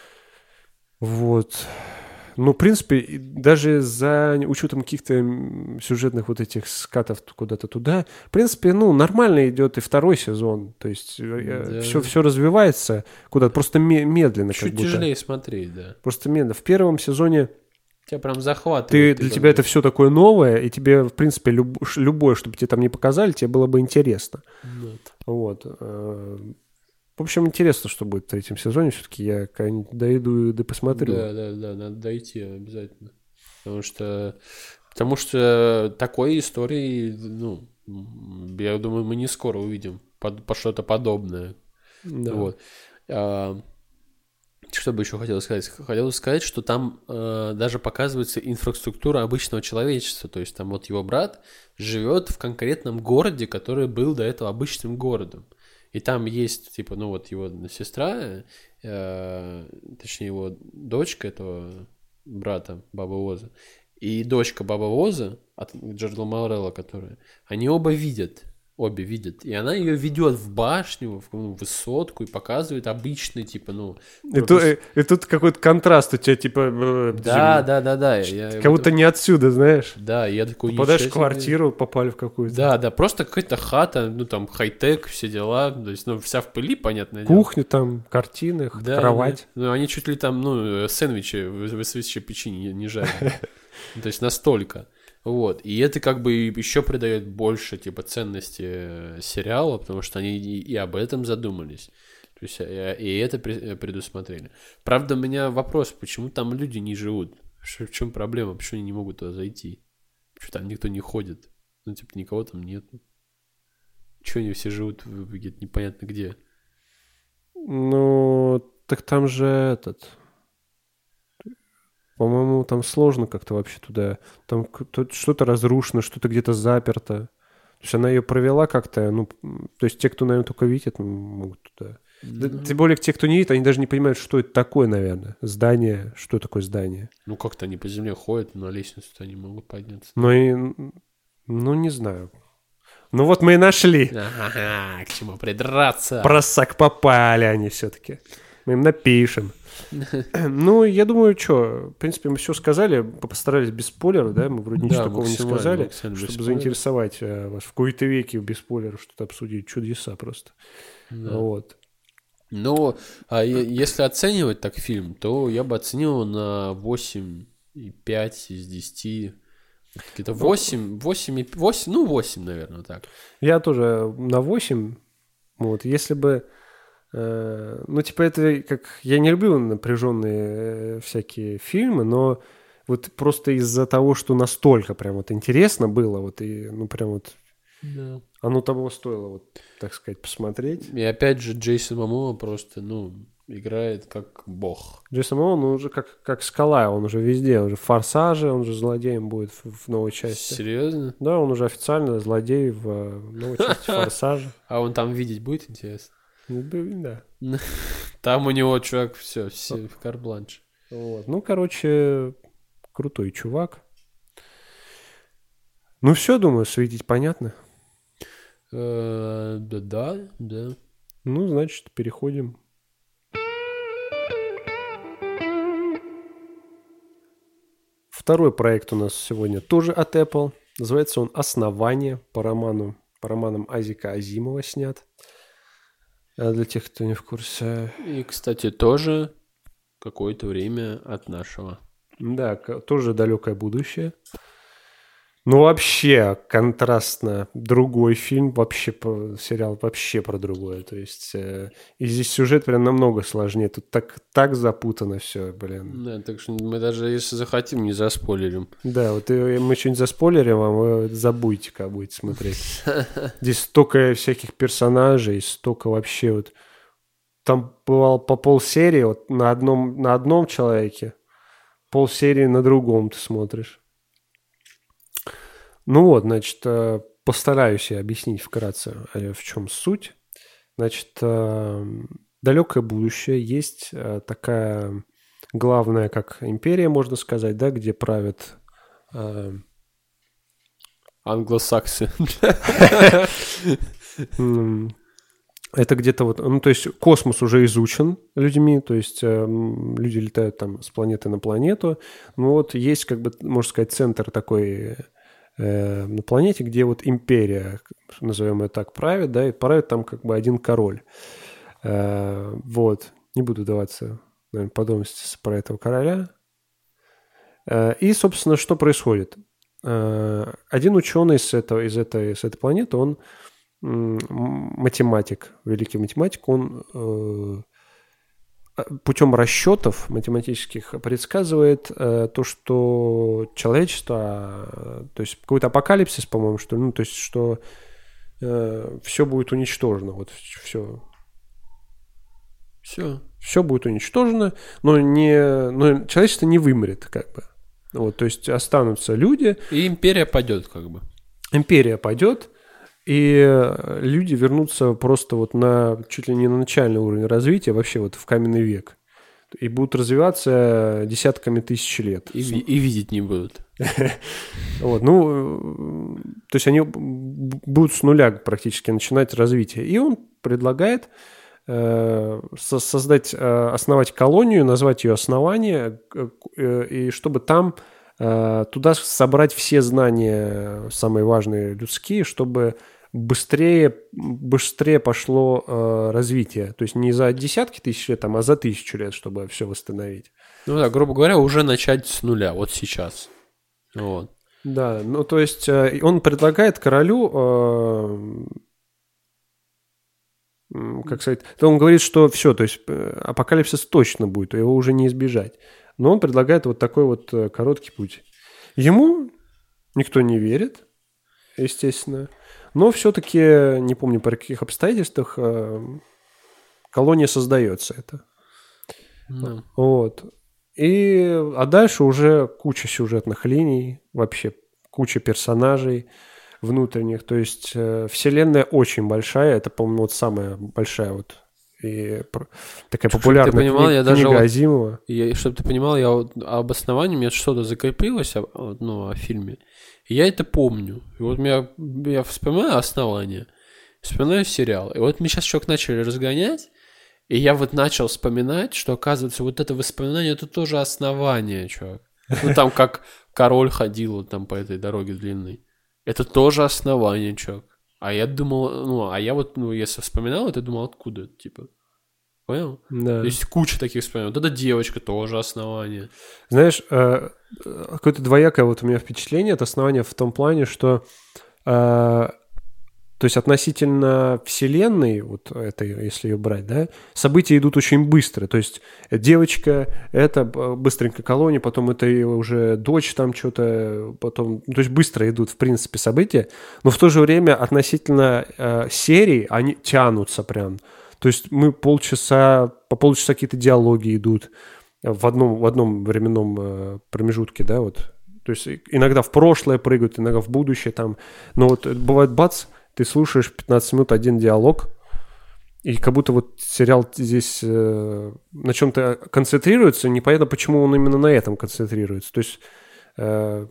Вот. Ну, в принципе, и даже за учетом каких-то м, сюжетных вот этих скатов куда-то туда, в принципе, ну, нормально идет и второй сезон. То есть Да. все, все развивается куда-то, просто ме- медленно. как Чуть будто. тяжелее смотреть, да. Просто медленно. В первом сезоне Тебя прям ты, захватывает. для ты тебя это думаешь, все такое новое, и тебе, в принципе, люб- ш- любое, чтобы тебе там не показали, тебе было бы интересно. вот. Вот. э, В общем, интересно, что будет в третьем сезоне. Все-таки я когда-нибудь дойду и да посмотрю. Да, да, да, надо дойти обязательно. Потому что, потому что такой истории, ну, м, я думаю, мы не скоро увидим под, по что-то подобное. Да. Вот. А, Что бы еще хотел сказать? Хотел сказать, что там э, даже показывается инфраструктура обычного человечества. То есть там вот его брат живет в конкретном городе, который был до этого обычным городом. И там есть, типа, ну вот его сестра, э, точнее его дочка этого брата Баба Воза, и дочка Баба Воза, от Джерда Морелла, которая, они оба видят. Обе видят. И она ее ведет в башню, в ну, высотку и показывает обычный, типа, ну... И, то, и, и тут какой-то контраст у тебя, типа... Да, да, да, да. Я, как будто вот, не отсюда, знаешь. Да, я такой... Попадаешь в квартиру, попали в какую-то. Да, да, просто какая-то хата, ну, там, хай-тек, все дела. То есть, ну, вся в пыли, понятное дело. Кухня там, картины, да, кровать. Да. Ну, они чуть ли там, ну, сэндвичи в высочей печи не, не жарят. То есть, настолько... Вот, и это как бы еще придает больше, типа, ценности сериала, потому что они и, и об этом задумались, то есть и это предусмотрели. Правда, у меня вопрос, почему там люди не живут? В чем проблема? Почему они не могут туда зайти? Почему там никто не ходит? Ну, типа, никого там нет. Чего они все живут где-то непонятно где? Ну, так там же этот... По-моему, там сложно как-то вообще туда. Там что-то разрушено, что-то где-то заперто. То есть она ее провела как-то, ну, то есть те, кто, наверное, только видит, могут туда. Mm-hmm. Да, тем более те, кто не видит, они даже не понимают, что это такое, наверное. Здание, что такое здание. Ну, как-то они по земле ходят, на лестницу-то они могут подняться. Ну, и, ну, не знаю. Ну, вот мы и нашли. Ага, к чему придраться. Просак попали они все-таки. Мы им напишем. Ну, я думаю, что, в принципе, мы все сказали, постарались без спойлеров, да, мы вроде ничего да, такого не сказали, чтобы заинтересовать а, вас в кои-то веке без спойлеров что-то обсудить, чудеса просто. Да. Вот. Ну, а если оценивать так фильм, то я бы оценил на восемь и пять из десяти. Где-то восемь, восемь и восемь, ну, восемь, наверное, так. Я тоже на восемь, вот, если бы... Ну, типа, это как... Я не люблю напряженные всякие фильмы, но вот просто из-за того, что настолько прям вот интересно было, вот и, ну, прям вот... Да. Оно того стоило, вот, так сказать, посмотреть. И опять же, Джейсон Момоа просто, ну, играет как бог. Джейсон Момоа, ну, уже как, как скала, он уже везде, он уже в «Форсаже», он же злодеем будет в, в новой части. Серьезно? Да, он уже официально злодей в новой части «Форсажа». А он там видеть будет, интересно? Да. Там у него, чувак, все, все в карт-бланш. Вот. Ну, короче, крутой чувак. Ну, все, думаю, светить понятно. Да, да, да. Ну, значит, переходим. Второй проект у нас сегодня тоже от Apple. Называется он «Основание», по роману, по романам Азика Азимова снят. Для тех, кто не в курсе. И, кстати, тоже какое-то время от нашего. Да, тоже далекое будущее. Ну, вообще, контрастно другой фильм, вообще сериал вообще про другое. То есть, э, и здесь сюжет прям намного сложнее. Тут так, так запутано все, блин. Да, так что мы даже, если захотим, не заспойлерим. Да, вот и мы что-нибудь заспойлерим, а вы забудете, как будете смотреть. Здесь столько всяких персонажей, столько вообще вот... Там бывало по полсерии вот на одном, на одном человеке, полсерии на другом ты смотришь. Ну вот, значит, постараюсь я объяснить вкратце, в чем суть. Значит, далекое будущее, есть такая главная, как империя, можно сказать, да, где правят... Англосаксы. Это где-то вот, ну, то есть космос уже изучен людьми, то есть э, люди летают там с планеты на планету. Ну вот есть, как бы, можно сказать, центр такой э, на планете, где вот империя, назовем ее так, правит, да, и правит там как бы один король. Э, вот, не буду даваться, наверное, подробности про этого короля. Э, и, собственно, что происходит? Э, один ученый с, этого, из, этой, с этой планеты, он математик, великий математик, он э, путем расчетов математических предсказывает э, то, что человечество, э, то есть какой-то апокалипсис, по-моему, что, ну, то есть что э, все будет уничтожено, вот все. Все. Все будет уничтожено, но, не, но человечество не вымрет, как бы. Вот, то есть останутся люди. И империя падет, как бы. Империя падет, и люди вернутся просто вот на чуть ли не на начальный уровень развития, вообще вот в каменный век. И будут развиваться десятками тысяч лет. И, и видеть не будут. Вот, ну, то есть они будут с нуля практически начинать развитие. И он предлагает создать, основать колонию, назвать ее основание, и чтобы там туда собрать все знания, самые важные людские, чтобы быстрее, быстрее пошло э, развитие. То есть не за десятки тысяч лет, там, а за тысячу лет, чтобы все восстановить. Ну да, грубо говоря, уже начать с нуля, вот сейчас. Вот. Да, ну то есть э, он предлагает королю, э, как сказать, то он говорит, что все, то есть апокалипсис точно будет, его уже не избежать. Но он предлагает вот такой вот короткий путь. Ему никто не верит, естественно. Но все-таки, не помню по каких обстоятельствах, колония создается это. Да. Вот. И, а дальше уже куча сюжетных линий, вообще куча персонажей внутренних. То есть вселенная очень большая. Это, по-моему, вот самая большая вот и такая популярная чтобы ты понимал, книга, я даже книга вот, Азимова. Я, чтобы ты понимал, я вот об основании, у меня что-то закрепилось, ну, о фильме. И я это помню. И вот меня, я вспоминаю основание, вспоминаю сериал. И вот мы сейчас человек начали разгонять, и я вот начал вспоминать, что, оказывается, вот это воспоминание, это тоже основание, чувак. Ну, там как король ходил вот там по этой дороге длинной. Это тоже основание, чувак. А я думал, ну, а я вот, ну, если вспоминал это, думал, откуда это, типа. Понял? Да. Есть куча таких вспоминаний. Вот эта девочка тоже основание. Знаешь, какое-то двоякое вот у меня впечатление от основания в том плане, что то есть относительно вселенной, вот этой, если ее брать, да, события идут очень быстро. То есть девочка, это быстренько колония, потом это ее уже дочь там что-то, потом... То есть быстро идут, в принципе, события, но в то же время относительно э, серий они тянутся прям. То есть мы полчаса, по полчаса какие-то диалоги идут в одном, в одном временном э, промежутке, да, вот. То есть иногда в прошлое прыгают, иногда в будущее там. Но вот бывает бац, ты слушаешь пятнадцать минут один диалог, и как будто вот сериал здесь э, на чем-то концентрируется, непонятно, почему он именно на этом концентрируется. То есть э,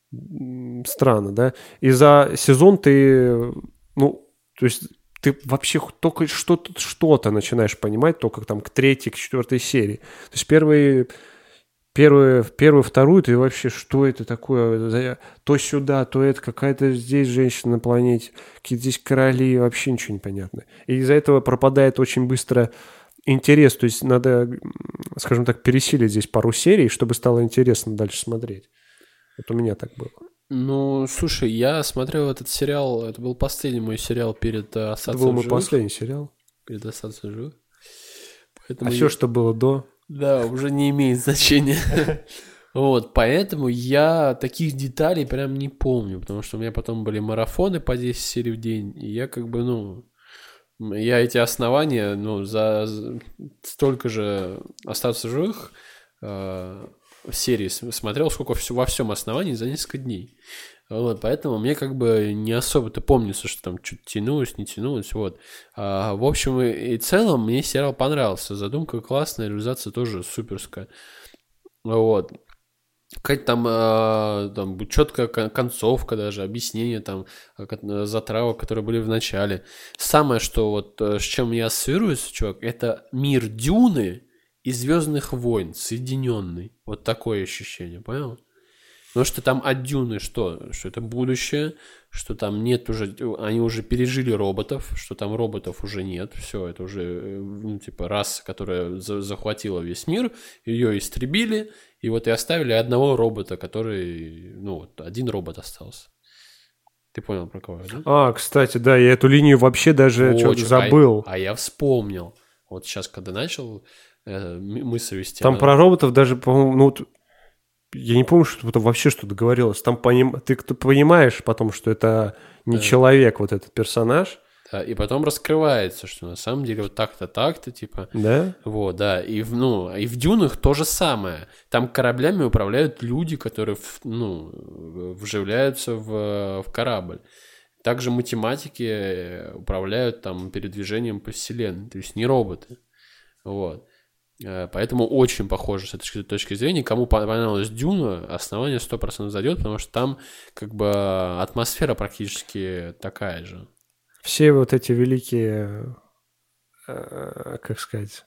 странно, да? И за сезон ты, ну, то есть ты вообще только что-то, что-то начинаешь понимать только там к третьей, к четвертой серии. То есть первые... Первую, первую, вторую, ты вообще, что это такое? То сюда, то это, какая-то здесь женщина на планете, какие-то здесь короли, вообще ничего не понятно. И из-за этого пропадает очень быстро интерес. То есть надо, скажем так, пересилить здесь пару серий, чтобы стало интересно дальше смотреть. Вот у меня так было. Ну, слушай, я смотрел этот сериал, это был последний мой сериал перед «Остаться в живых». Это был мой последний сериал. Перед «Остаться в живых». Поэтому а я... все, что было до... Да, уже не имеет значения. Вот, поэтому я таких деталей прям не помню, потому что у меня потом были марафоны по десять серий в день, и я как бы, ну, я эти основания, ну, за столько же «Остаться в живых» э, серий смотрел, сколько во всем основании за несколько дней. Вот, поэтому мне как бы не особо-то помнится, что там что-то тянулось, не тянулось, вот. А, в общем и целом мне сериал понравился. Задумка классная, реализация тоже суперская. Вот. Какая-то там, а, там четкая концовка даже, объяснение там, затравок, которые были в начале. Самое, что вот с чем я ассоциируюсь, чувак, это мир Дюны и Звездных войн соединенный. Вот такое ощущение, понял? Потому что там от Дюны что? Что это будущее, что там нет уже... Они уже пережили роботов, что там роботов уже нет. Все, это уже, ну, типа, раса, которая за- захватила весь мир. Ее истребили, и вот и оставили одного робота, который... Ну, вот один робот остался. Ты понял, про кого я, да? А, кстати, да, я эту линию вообще даже вот, что-то забыл. А, а я вспомнил. Вот сейчас, когда начал э, мысль вести... Там она... про роботов даже, по-моему, ну... Я не помню, что там вообще что-то говорилось. Там поним... ты, ты понимаешь потом, что это не да. человек, вот этот персонаж. И потом раскрывается, что на самом деле вот так-то, так-то, типа. Да? Вот, да. И в, ну, и в «Дюнах» то же самое. Там кораблями управляют люди, которые, ну, вживляются в, в корабль. Также математики управляют там передвижением по вселенной. То есть не роботы. Вот. Поэтому очень похоже с этой точки зрения. Кому понравилась «Дюна», основание сто процентов зайдет, потому что там как бы атмосфера практически такая же. Все вот эти великие, как сказать,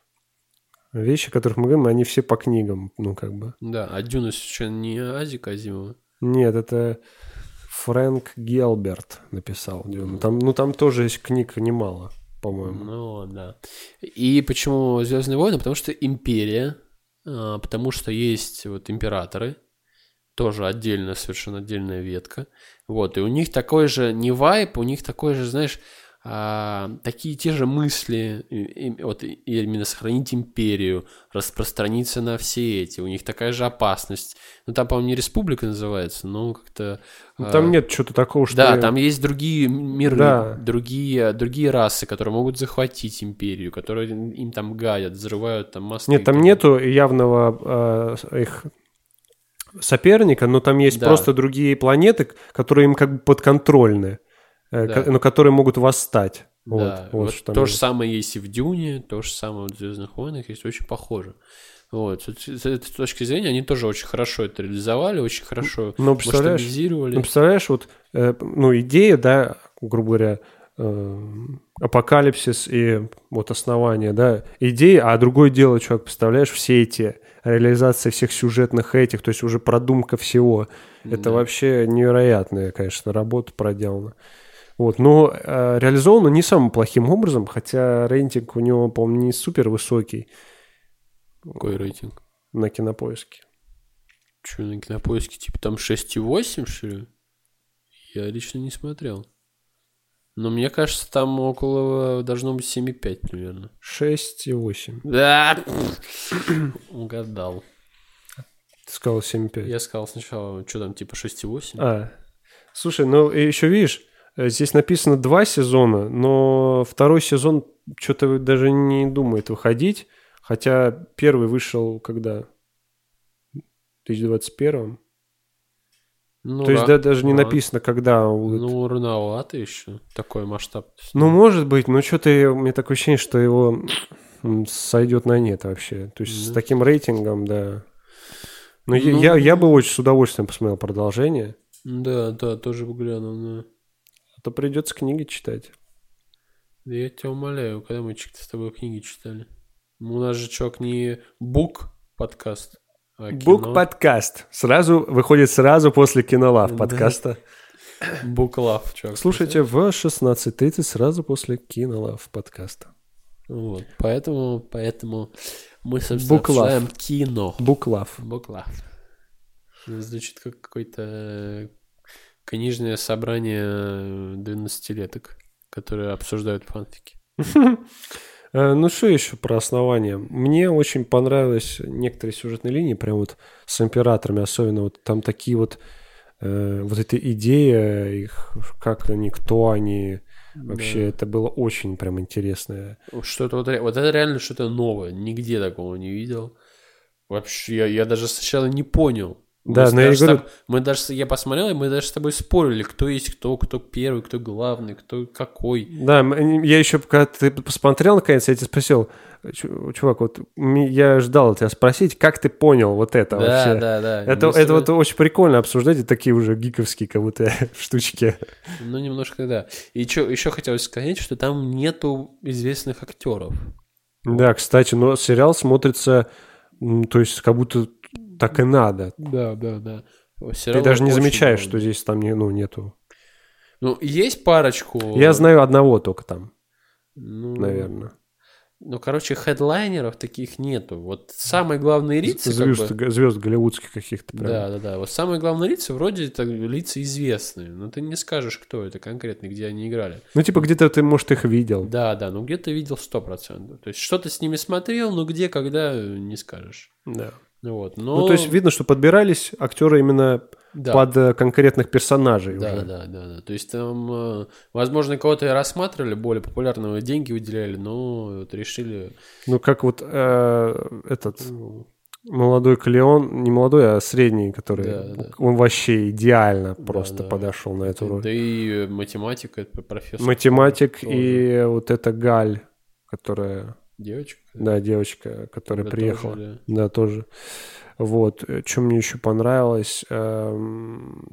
вещи, о которых мы говорим, они все по книгам, ну как бы. Да, а «Дюна» сейчас не Азика Азимова? Нет, это Фрэнк Гелберт написал «Дюну». Там, ну там тоже есть книг немало. По-моему. Ну, да. И почему «Звездные войны»? Потому что империя, потому что есть вот императоры, тоже отдельная, совершенно отдельная ветка. Вот, и у них такой же, не вайп, у них такой же, знаешь, такие те же мысли, вот именно сохранить империю, распространиться на все эти, у них такая же опасность. Ну, там, по-моему, не республика называется, но как-то... Ну, там а... нет что-то такого, что... Да, там есть другие миры, да. другие, другие расы, которые могут захватить империю, которые им там гадят, взрывают там мосты. Нет, там нету явного э, их соперника, но там есть да. просто другие планеты, которые им как бы подконтрольны. Да. Но которые могут восстать. Да. Вот, вот вот то есть. же самое есть и в «Дюне», то же самое в «Звездных войнах» есть, очень похоже. Вот. С этой точки зрения они тоже очень хорошо это реализовали, очень хорошо но, масштабизировали. Ну, представляешь, вот, э, ну, идея, да, грубо говоря, э, апокалипсис и вот основание, да, идея, а другое дело, чувак, представляешь, все эти реализации всех сюжетных этих, то есть уже продумка всего, это да. вообще невероятная, конечно, работа проделана. Вот, но э, реализовано не самым плохим образом, хотя рейтинг у него, по-моему, не супер высокий. Какой рейтинг? На Кинопоиске. Что, на Кинопоиске, типа там шесть и восемь, что ли? Я лично не смотрел. Но мне кажется, там около должно быть семь и пять примерно. шесть и восемь. Да! Угадал. Ты сказал семь и пять. Я сказал сначала, что там, типа шесть и восемь. А, слушай, ну еще видишь, здесь написано два сезона, но второй сезон что-то даже не думает выходить, хотя первый вышел когда? В две тысячи двадцать первом. Ну, То есть да, да, даже не да. написано, когда. Ну, рановато еще, такой масштаб. Ну, может быть, но что-то у меня такое ощущение, что его сойдет на нет вообще. То есть да. с таким рейтингом, да. Но ну, я, я бы очень с удовольствием посмотрел продолжение. Да, да, тоже бы глянул, да. А то придется книги читать. Да я тебя умоляю, когда мы с тобой книги читали? У нас же, чувак, не бук подкаст, а кино. Бук подкаст. Сразу выходит сразу после Кинолав подкаста. Бук лав, чувак. Слушайте в шестнадцать тридцать сразу после Кинолав подкаста. Вот, поэтому, поэтому мы, собственно, обсуждаем кино. Буклав. Буклав. Звучит как какое-то книжное собрание двенадцатилеток, которые обсуждают фанфики. Ну, что еще про основание? Мне очень понравились некоторые сюжетные линии, прям вот с императорами, особенно вот там такие вот, э, вот эта идея их, как они, кто они, вообще да. это было очень прям интересно. Что-то вот, вот это реально что-то новое, нигде такого не видел. Вообще, я, я даже сначала не понял. Да, мы, но я говорю... тобой, мы даже, я посмотрел, и мы даже с тобой спорили, кто есть кто, кто первый, кто главный, кто какой. Да, я еще, когда ты посмотрел, наконец, я тебя спросил, чувак, вот я ждал тебя спросить, как ты понял вот это да, вообще? Да, да, да. Это, это себе... вот очень прикольно обсуждать, и такие уже гиковские как будто штучки. Ну, немножко, да. И что, еще хотелось сказать, что там нету известных актеров. Да, кстати, но сериал смотрится, то есть как будто... Так и надо. Да, да, да. Сериал Ты даже не замечаешь, много. Что здесь там не, ну, нету. Ну, есть парочку. Я знаю одного только там. Ну, наверное. Ну, короче, хедлайнеров таких нету. Вот самые главные лица... Звезд, как бы... звезд голливудских каких-то. Прям. Да, да, да. Вот самые главные лица вроде это лица известные. Но ты не скажешь, кто это конкретно, где они играли. Ну, типа где-то ты, может, их видел. Да, да. Ну, где-то видел сто процентов. То есть что-то с ними смотрел, но где, когда, не скажешь. Да. Вот, но... Ну, то есть видно, что подбирались актеры именно Да. под э, конкретных персонажей Да, уже. да, да, да. То есть там, э, возможно, кого-то и рассматривали, более популярного, деньги выделяли, но вот решили... Ну, как вот э, этот молодой Клеон, не молодой, а средний, который, Да, да. он вообще идеально Да, просто да. подошел на эту Это- роль. Да и математика, это профессор. Математик тоже. и вот эта Галь, которая, Девочка. да, девочка, которая Да, приехала. тоже, Да, тоже. Вот, что мне еще понравилось. эм,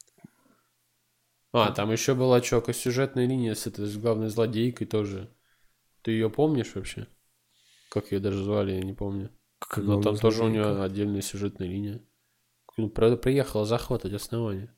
А, там еще была что, сюжетная линия с этой с главной злодейкой тоже. Ты ее помнишь вообще? Как ее даже звали, я не помню. Как Но там главная тоже у злодейка? нее отдельная сюжетная линия. Ну, правда, приехала захватывать основание.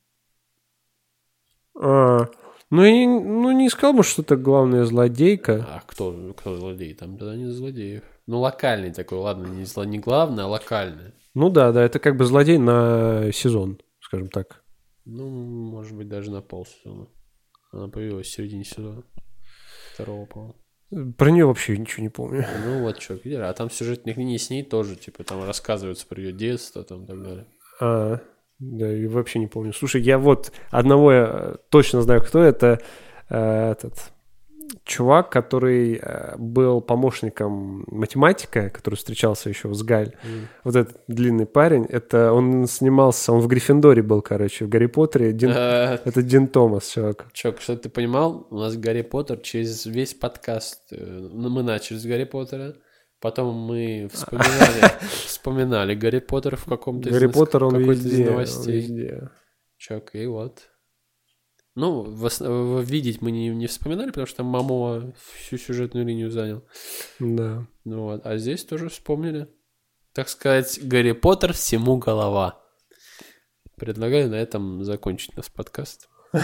А, ну, я не, ну, не сказал бы, что это главная злодейка. А кто, кто злодей? Там тогда не злодеев. Ну, локальный такой, ладно, не, зло, не главный, а локальный. Ну да, да, это как бы злодей на сезон, скажем так. Ну, может быть, даже на полсезона. Она появилась в середине сезона. Второго, по-моему. Про нее вообще ничего не помню. Ну, вот что, где? А там сюжетных линий с ней тоже, типа, там рассказывается про ее детство, там, и так далее. А, да, и вообще не помню. Слушай, я вот одного я точно знаю, кто это. Э, этот чувак, который э, был помощником математика, который встречался еще с Галь. Mm. Вот этот длинный парень. Это он снимался, он в Гриффиндоре был, короче, в Гарри Поттере. Дин- А, это Дин Томас, чувак. Чё, что ты понимал? У нас Гарри Поттер через весь подкаст. э, Ну, мы начали с Гарри Поттера. Потом мы вспоминали, вспоминали Гарри Поттер в каком-то Гарри из, Поттер, он какой-то везде, из он новостей. везде. Чё, и вот. Ну, в ос- в- видеть мы не, не вспоминали, потому что там Мамоа всю сюжетную линию занял. Да. Ну вот, а здесь тоже вспомнили. Так сказать, Гарри Поттер всему голова. Предлагаю на этом закончить наш подкаст.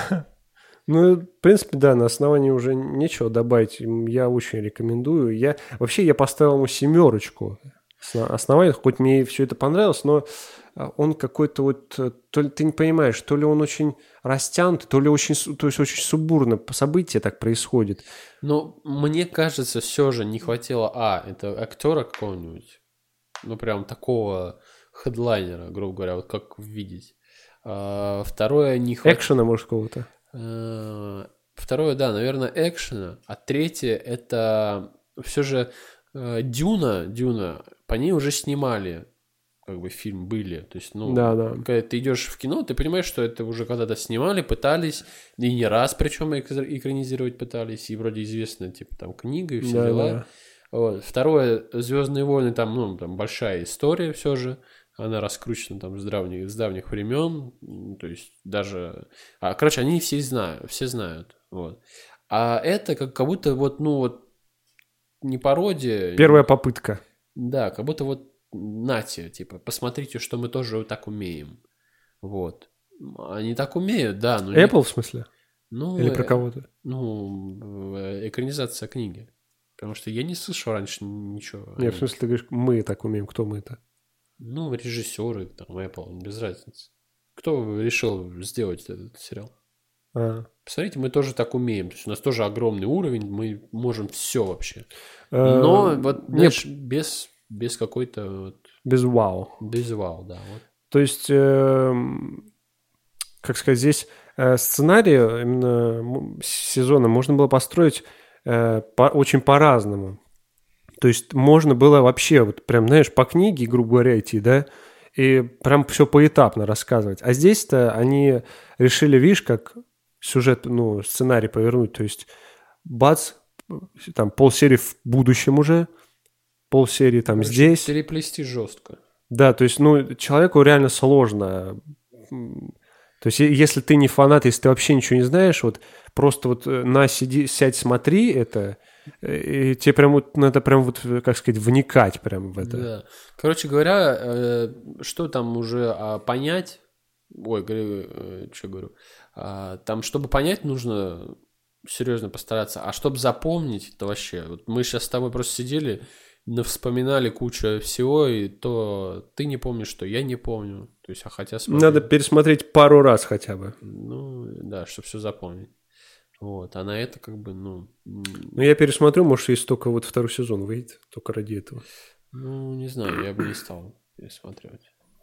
Ну, в принципе, да, на основании уже нечего добавить. Я очень рекомендую. Я вообще я поставил ему семерочку. Основание, хоть мне все это понравилось, но он какой-то вот, то ли ты не понимаешь, то ли он очень растянут, то ли очень, то есть очень сумбурно события так происходит. Но мне кажется, все же не хватило, а, это актера какого-нибудь, ну, прям такого хедлайнера, грубо говоря, вот как видеть. А, второе, не хватило... Экшена, может, какого-то. А, второе, да, наверное, экшена. А третье, это все же э, Дюна, Дюна, по ней уже снимали, как бы фильм были. То есть, ну, Да, да. когда ты идешь в кино, ты понимаешь, что это уже когда-то снимали, пытались, и не раз причем экранизировать пытались, и вроде известна, типа, там, книга и все Да, дела. да. Вот. Второе, «Звездные войны», там, ну, там большая история все же. Она раскручена там с давних, с давних времен, то есть даже... А, короче, они все знают, все знают, вот. А это как, как будто вот, ну вот, не пародия. Первая попытка. Да, как будто вот, нате, типа, посмотрите, что мы тоже вот так умеем, вот. Они так умеют, да, но... Apple, не... в смысле? Ну, Или про кого-то? Ну, экранизация книги. Потому что я не слышал раньше ничего. Нет, в смысле, ты говоришь, мы так умеем, кто мы-то? Ну, режиссеры, там, Apple, без разницы. Кто решил сделать этот сериал? А. Посмотрите, мы тоже так умеем. То есть у нас тоже огромный уровень, мы можем все вообще. Но Э, вот, нет, знаешь, без, без какой-то... Вот, без вау. без вау, да. Вот. То есть, э, как сказать, здесь э, сценарий именно сезона можно было построить э, по, очень по-разному. То есть можно было вообще, вот прям, знаешь, по книге, грубо говоря, идти, да, и прям все поэтапно рассказывать. А здесь-то они решили, видишь, как сюжет, ну, сценарий повернуть. То есть, бац, там полсерии в будущем уже, полсерии там Короче, здесь. Переплести жестко. Да, то есть, ну, человеку реально сложно. То есть, если ты не фанат, если ты вообще ничего не знаешь, вот просто вот на, сиди, сядь, смотри это, и тебе прям вот надо прям вот, как сказать, вникать прям в это. Да. Короче говоря, э, что там уже а, понять, ой, э, что говорю, а, там, чтобы понять, нужно серьезно постараться, а чтобы запомнить, это вообще, вот мы сейчас с тобой просто сидели, вспоминали кучу всего, и то ты не помнишь, что я не помню, то есть, а хотя смотрю, надо пересмотреть пару раз хотя бы. Ну, да, чтобы все запомнить. Вот, а на это как бы, ну... Ну, я пересмотрю, может, если только вот второй сезон выйдет, только ради этого. Ну, не знаю, я бы не стал пересматривать.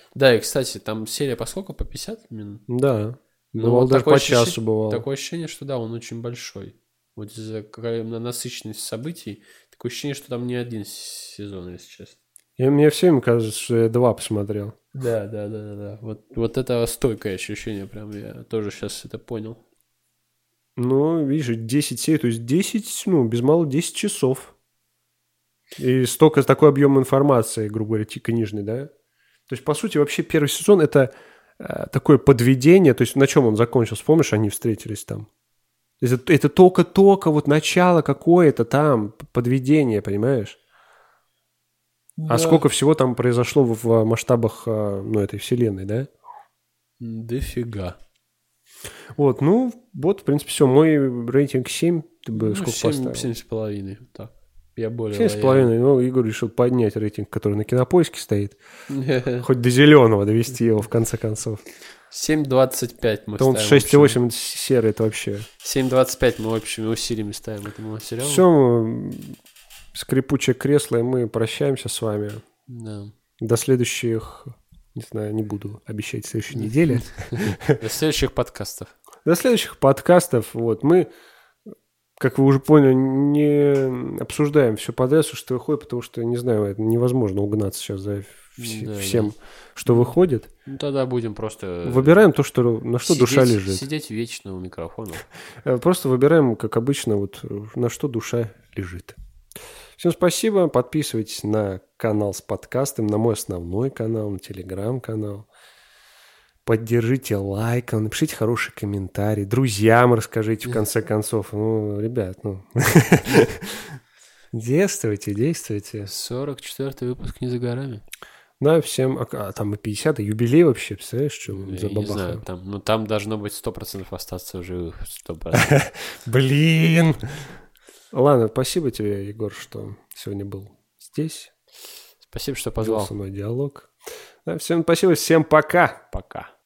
Да, и, кстати, там серия по сколько? По пятьдесят минут? Да. Ну, Бывало, вот даже такое по часу ощущение- бывало. Такое ощущение, что да, он очень большой. Вот из-за какой именно насыщенности событий, такое ощущение, что там не один сезон, если честно. И мне все время кажется, что я два посмотрел. Да, да, да, да, да. Вот, вот это стойкое ощущение, прям я тоже сейчас это понял. Ну, видишь, десять серий, то есть десять, ну, без малого десять часов. И столько, такой объем информации, грубо говоря, ти- книжный, да? То есть, по сути, вообще первый сезон – это э, такое подведение. То есть, на чем он закончился? Помнишь, они встретились там? Это, это только-только вот начало какое-то там, подведение, понимаешь? А Да. сколько всего там произошло в, в масштабах, э, ну, этой вселенной, да? Дофига. Вот, ну, вот, в принципе, все. Мой рейтинг семь. Ты бы Ну, сколько семь, поставил? семь с половиной. Так. Я более Семь с половиной. Ну, Игорь решил поднять рейтинг, который на Кинопоиске стоит. лояльный. Хоть до зеленого довести его, в конце концов. семь двадцать пять мы То он ставим. шесть и общими. восемь серый, это вообще. семь двадцать пять мы общими усилиями ставим этому сериалу. Все, скрипучее кресло, и мы прощаемся с вами. Да. До следующих, не знаю, не буду обещать следующей недели. До следующих подкастов. До следующих подкастов. Вот, мы, как вы уже поняли, не обсуждаем все подряд, что выходит, потому что, не знаю, это невозможно угнаться сейчас за вс- Да, всем, да. что выходит. Ну, тогда будем просто... Выбираем то, что, на что душа сидеть- лежит. Сидеть вечно у микрофона. Э, Просто выбираем, как обычно, вот на что душа лежит. Всем спасибо. Подписывайтесь на канал с подкастом, на мой основной канал, на телеграм-канал. Поддержите лайком, напишите хороший комментарий. Друзьям расскажите, в конце концов. Ну, ребят, ну... Действуйте, действуйте. сорок четвёртый выпуск не за горами. Да, всем... А там и пятидесятый юбилей вообще, представляешь, что Я за не знаю, бабаха? там, ну там должно быть сто процентов остаться в живых. сто процентов. Блин! Ладно, спасибо тебе, Егор, что сегодня был здесь. Спасибо, что Вел позвал. со мной диалог. Да, всем спасибо, всем пока. Пока.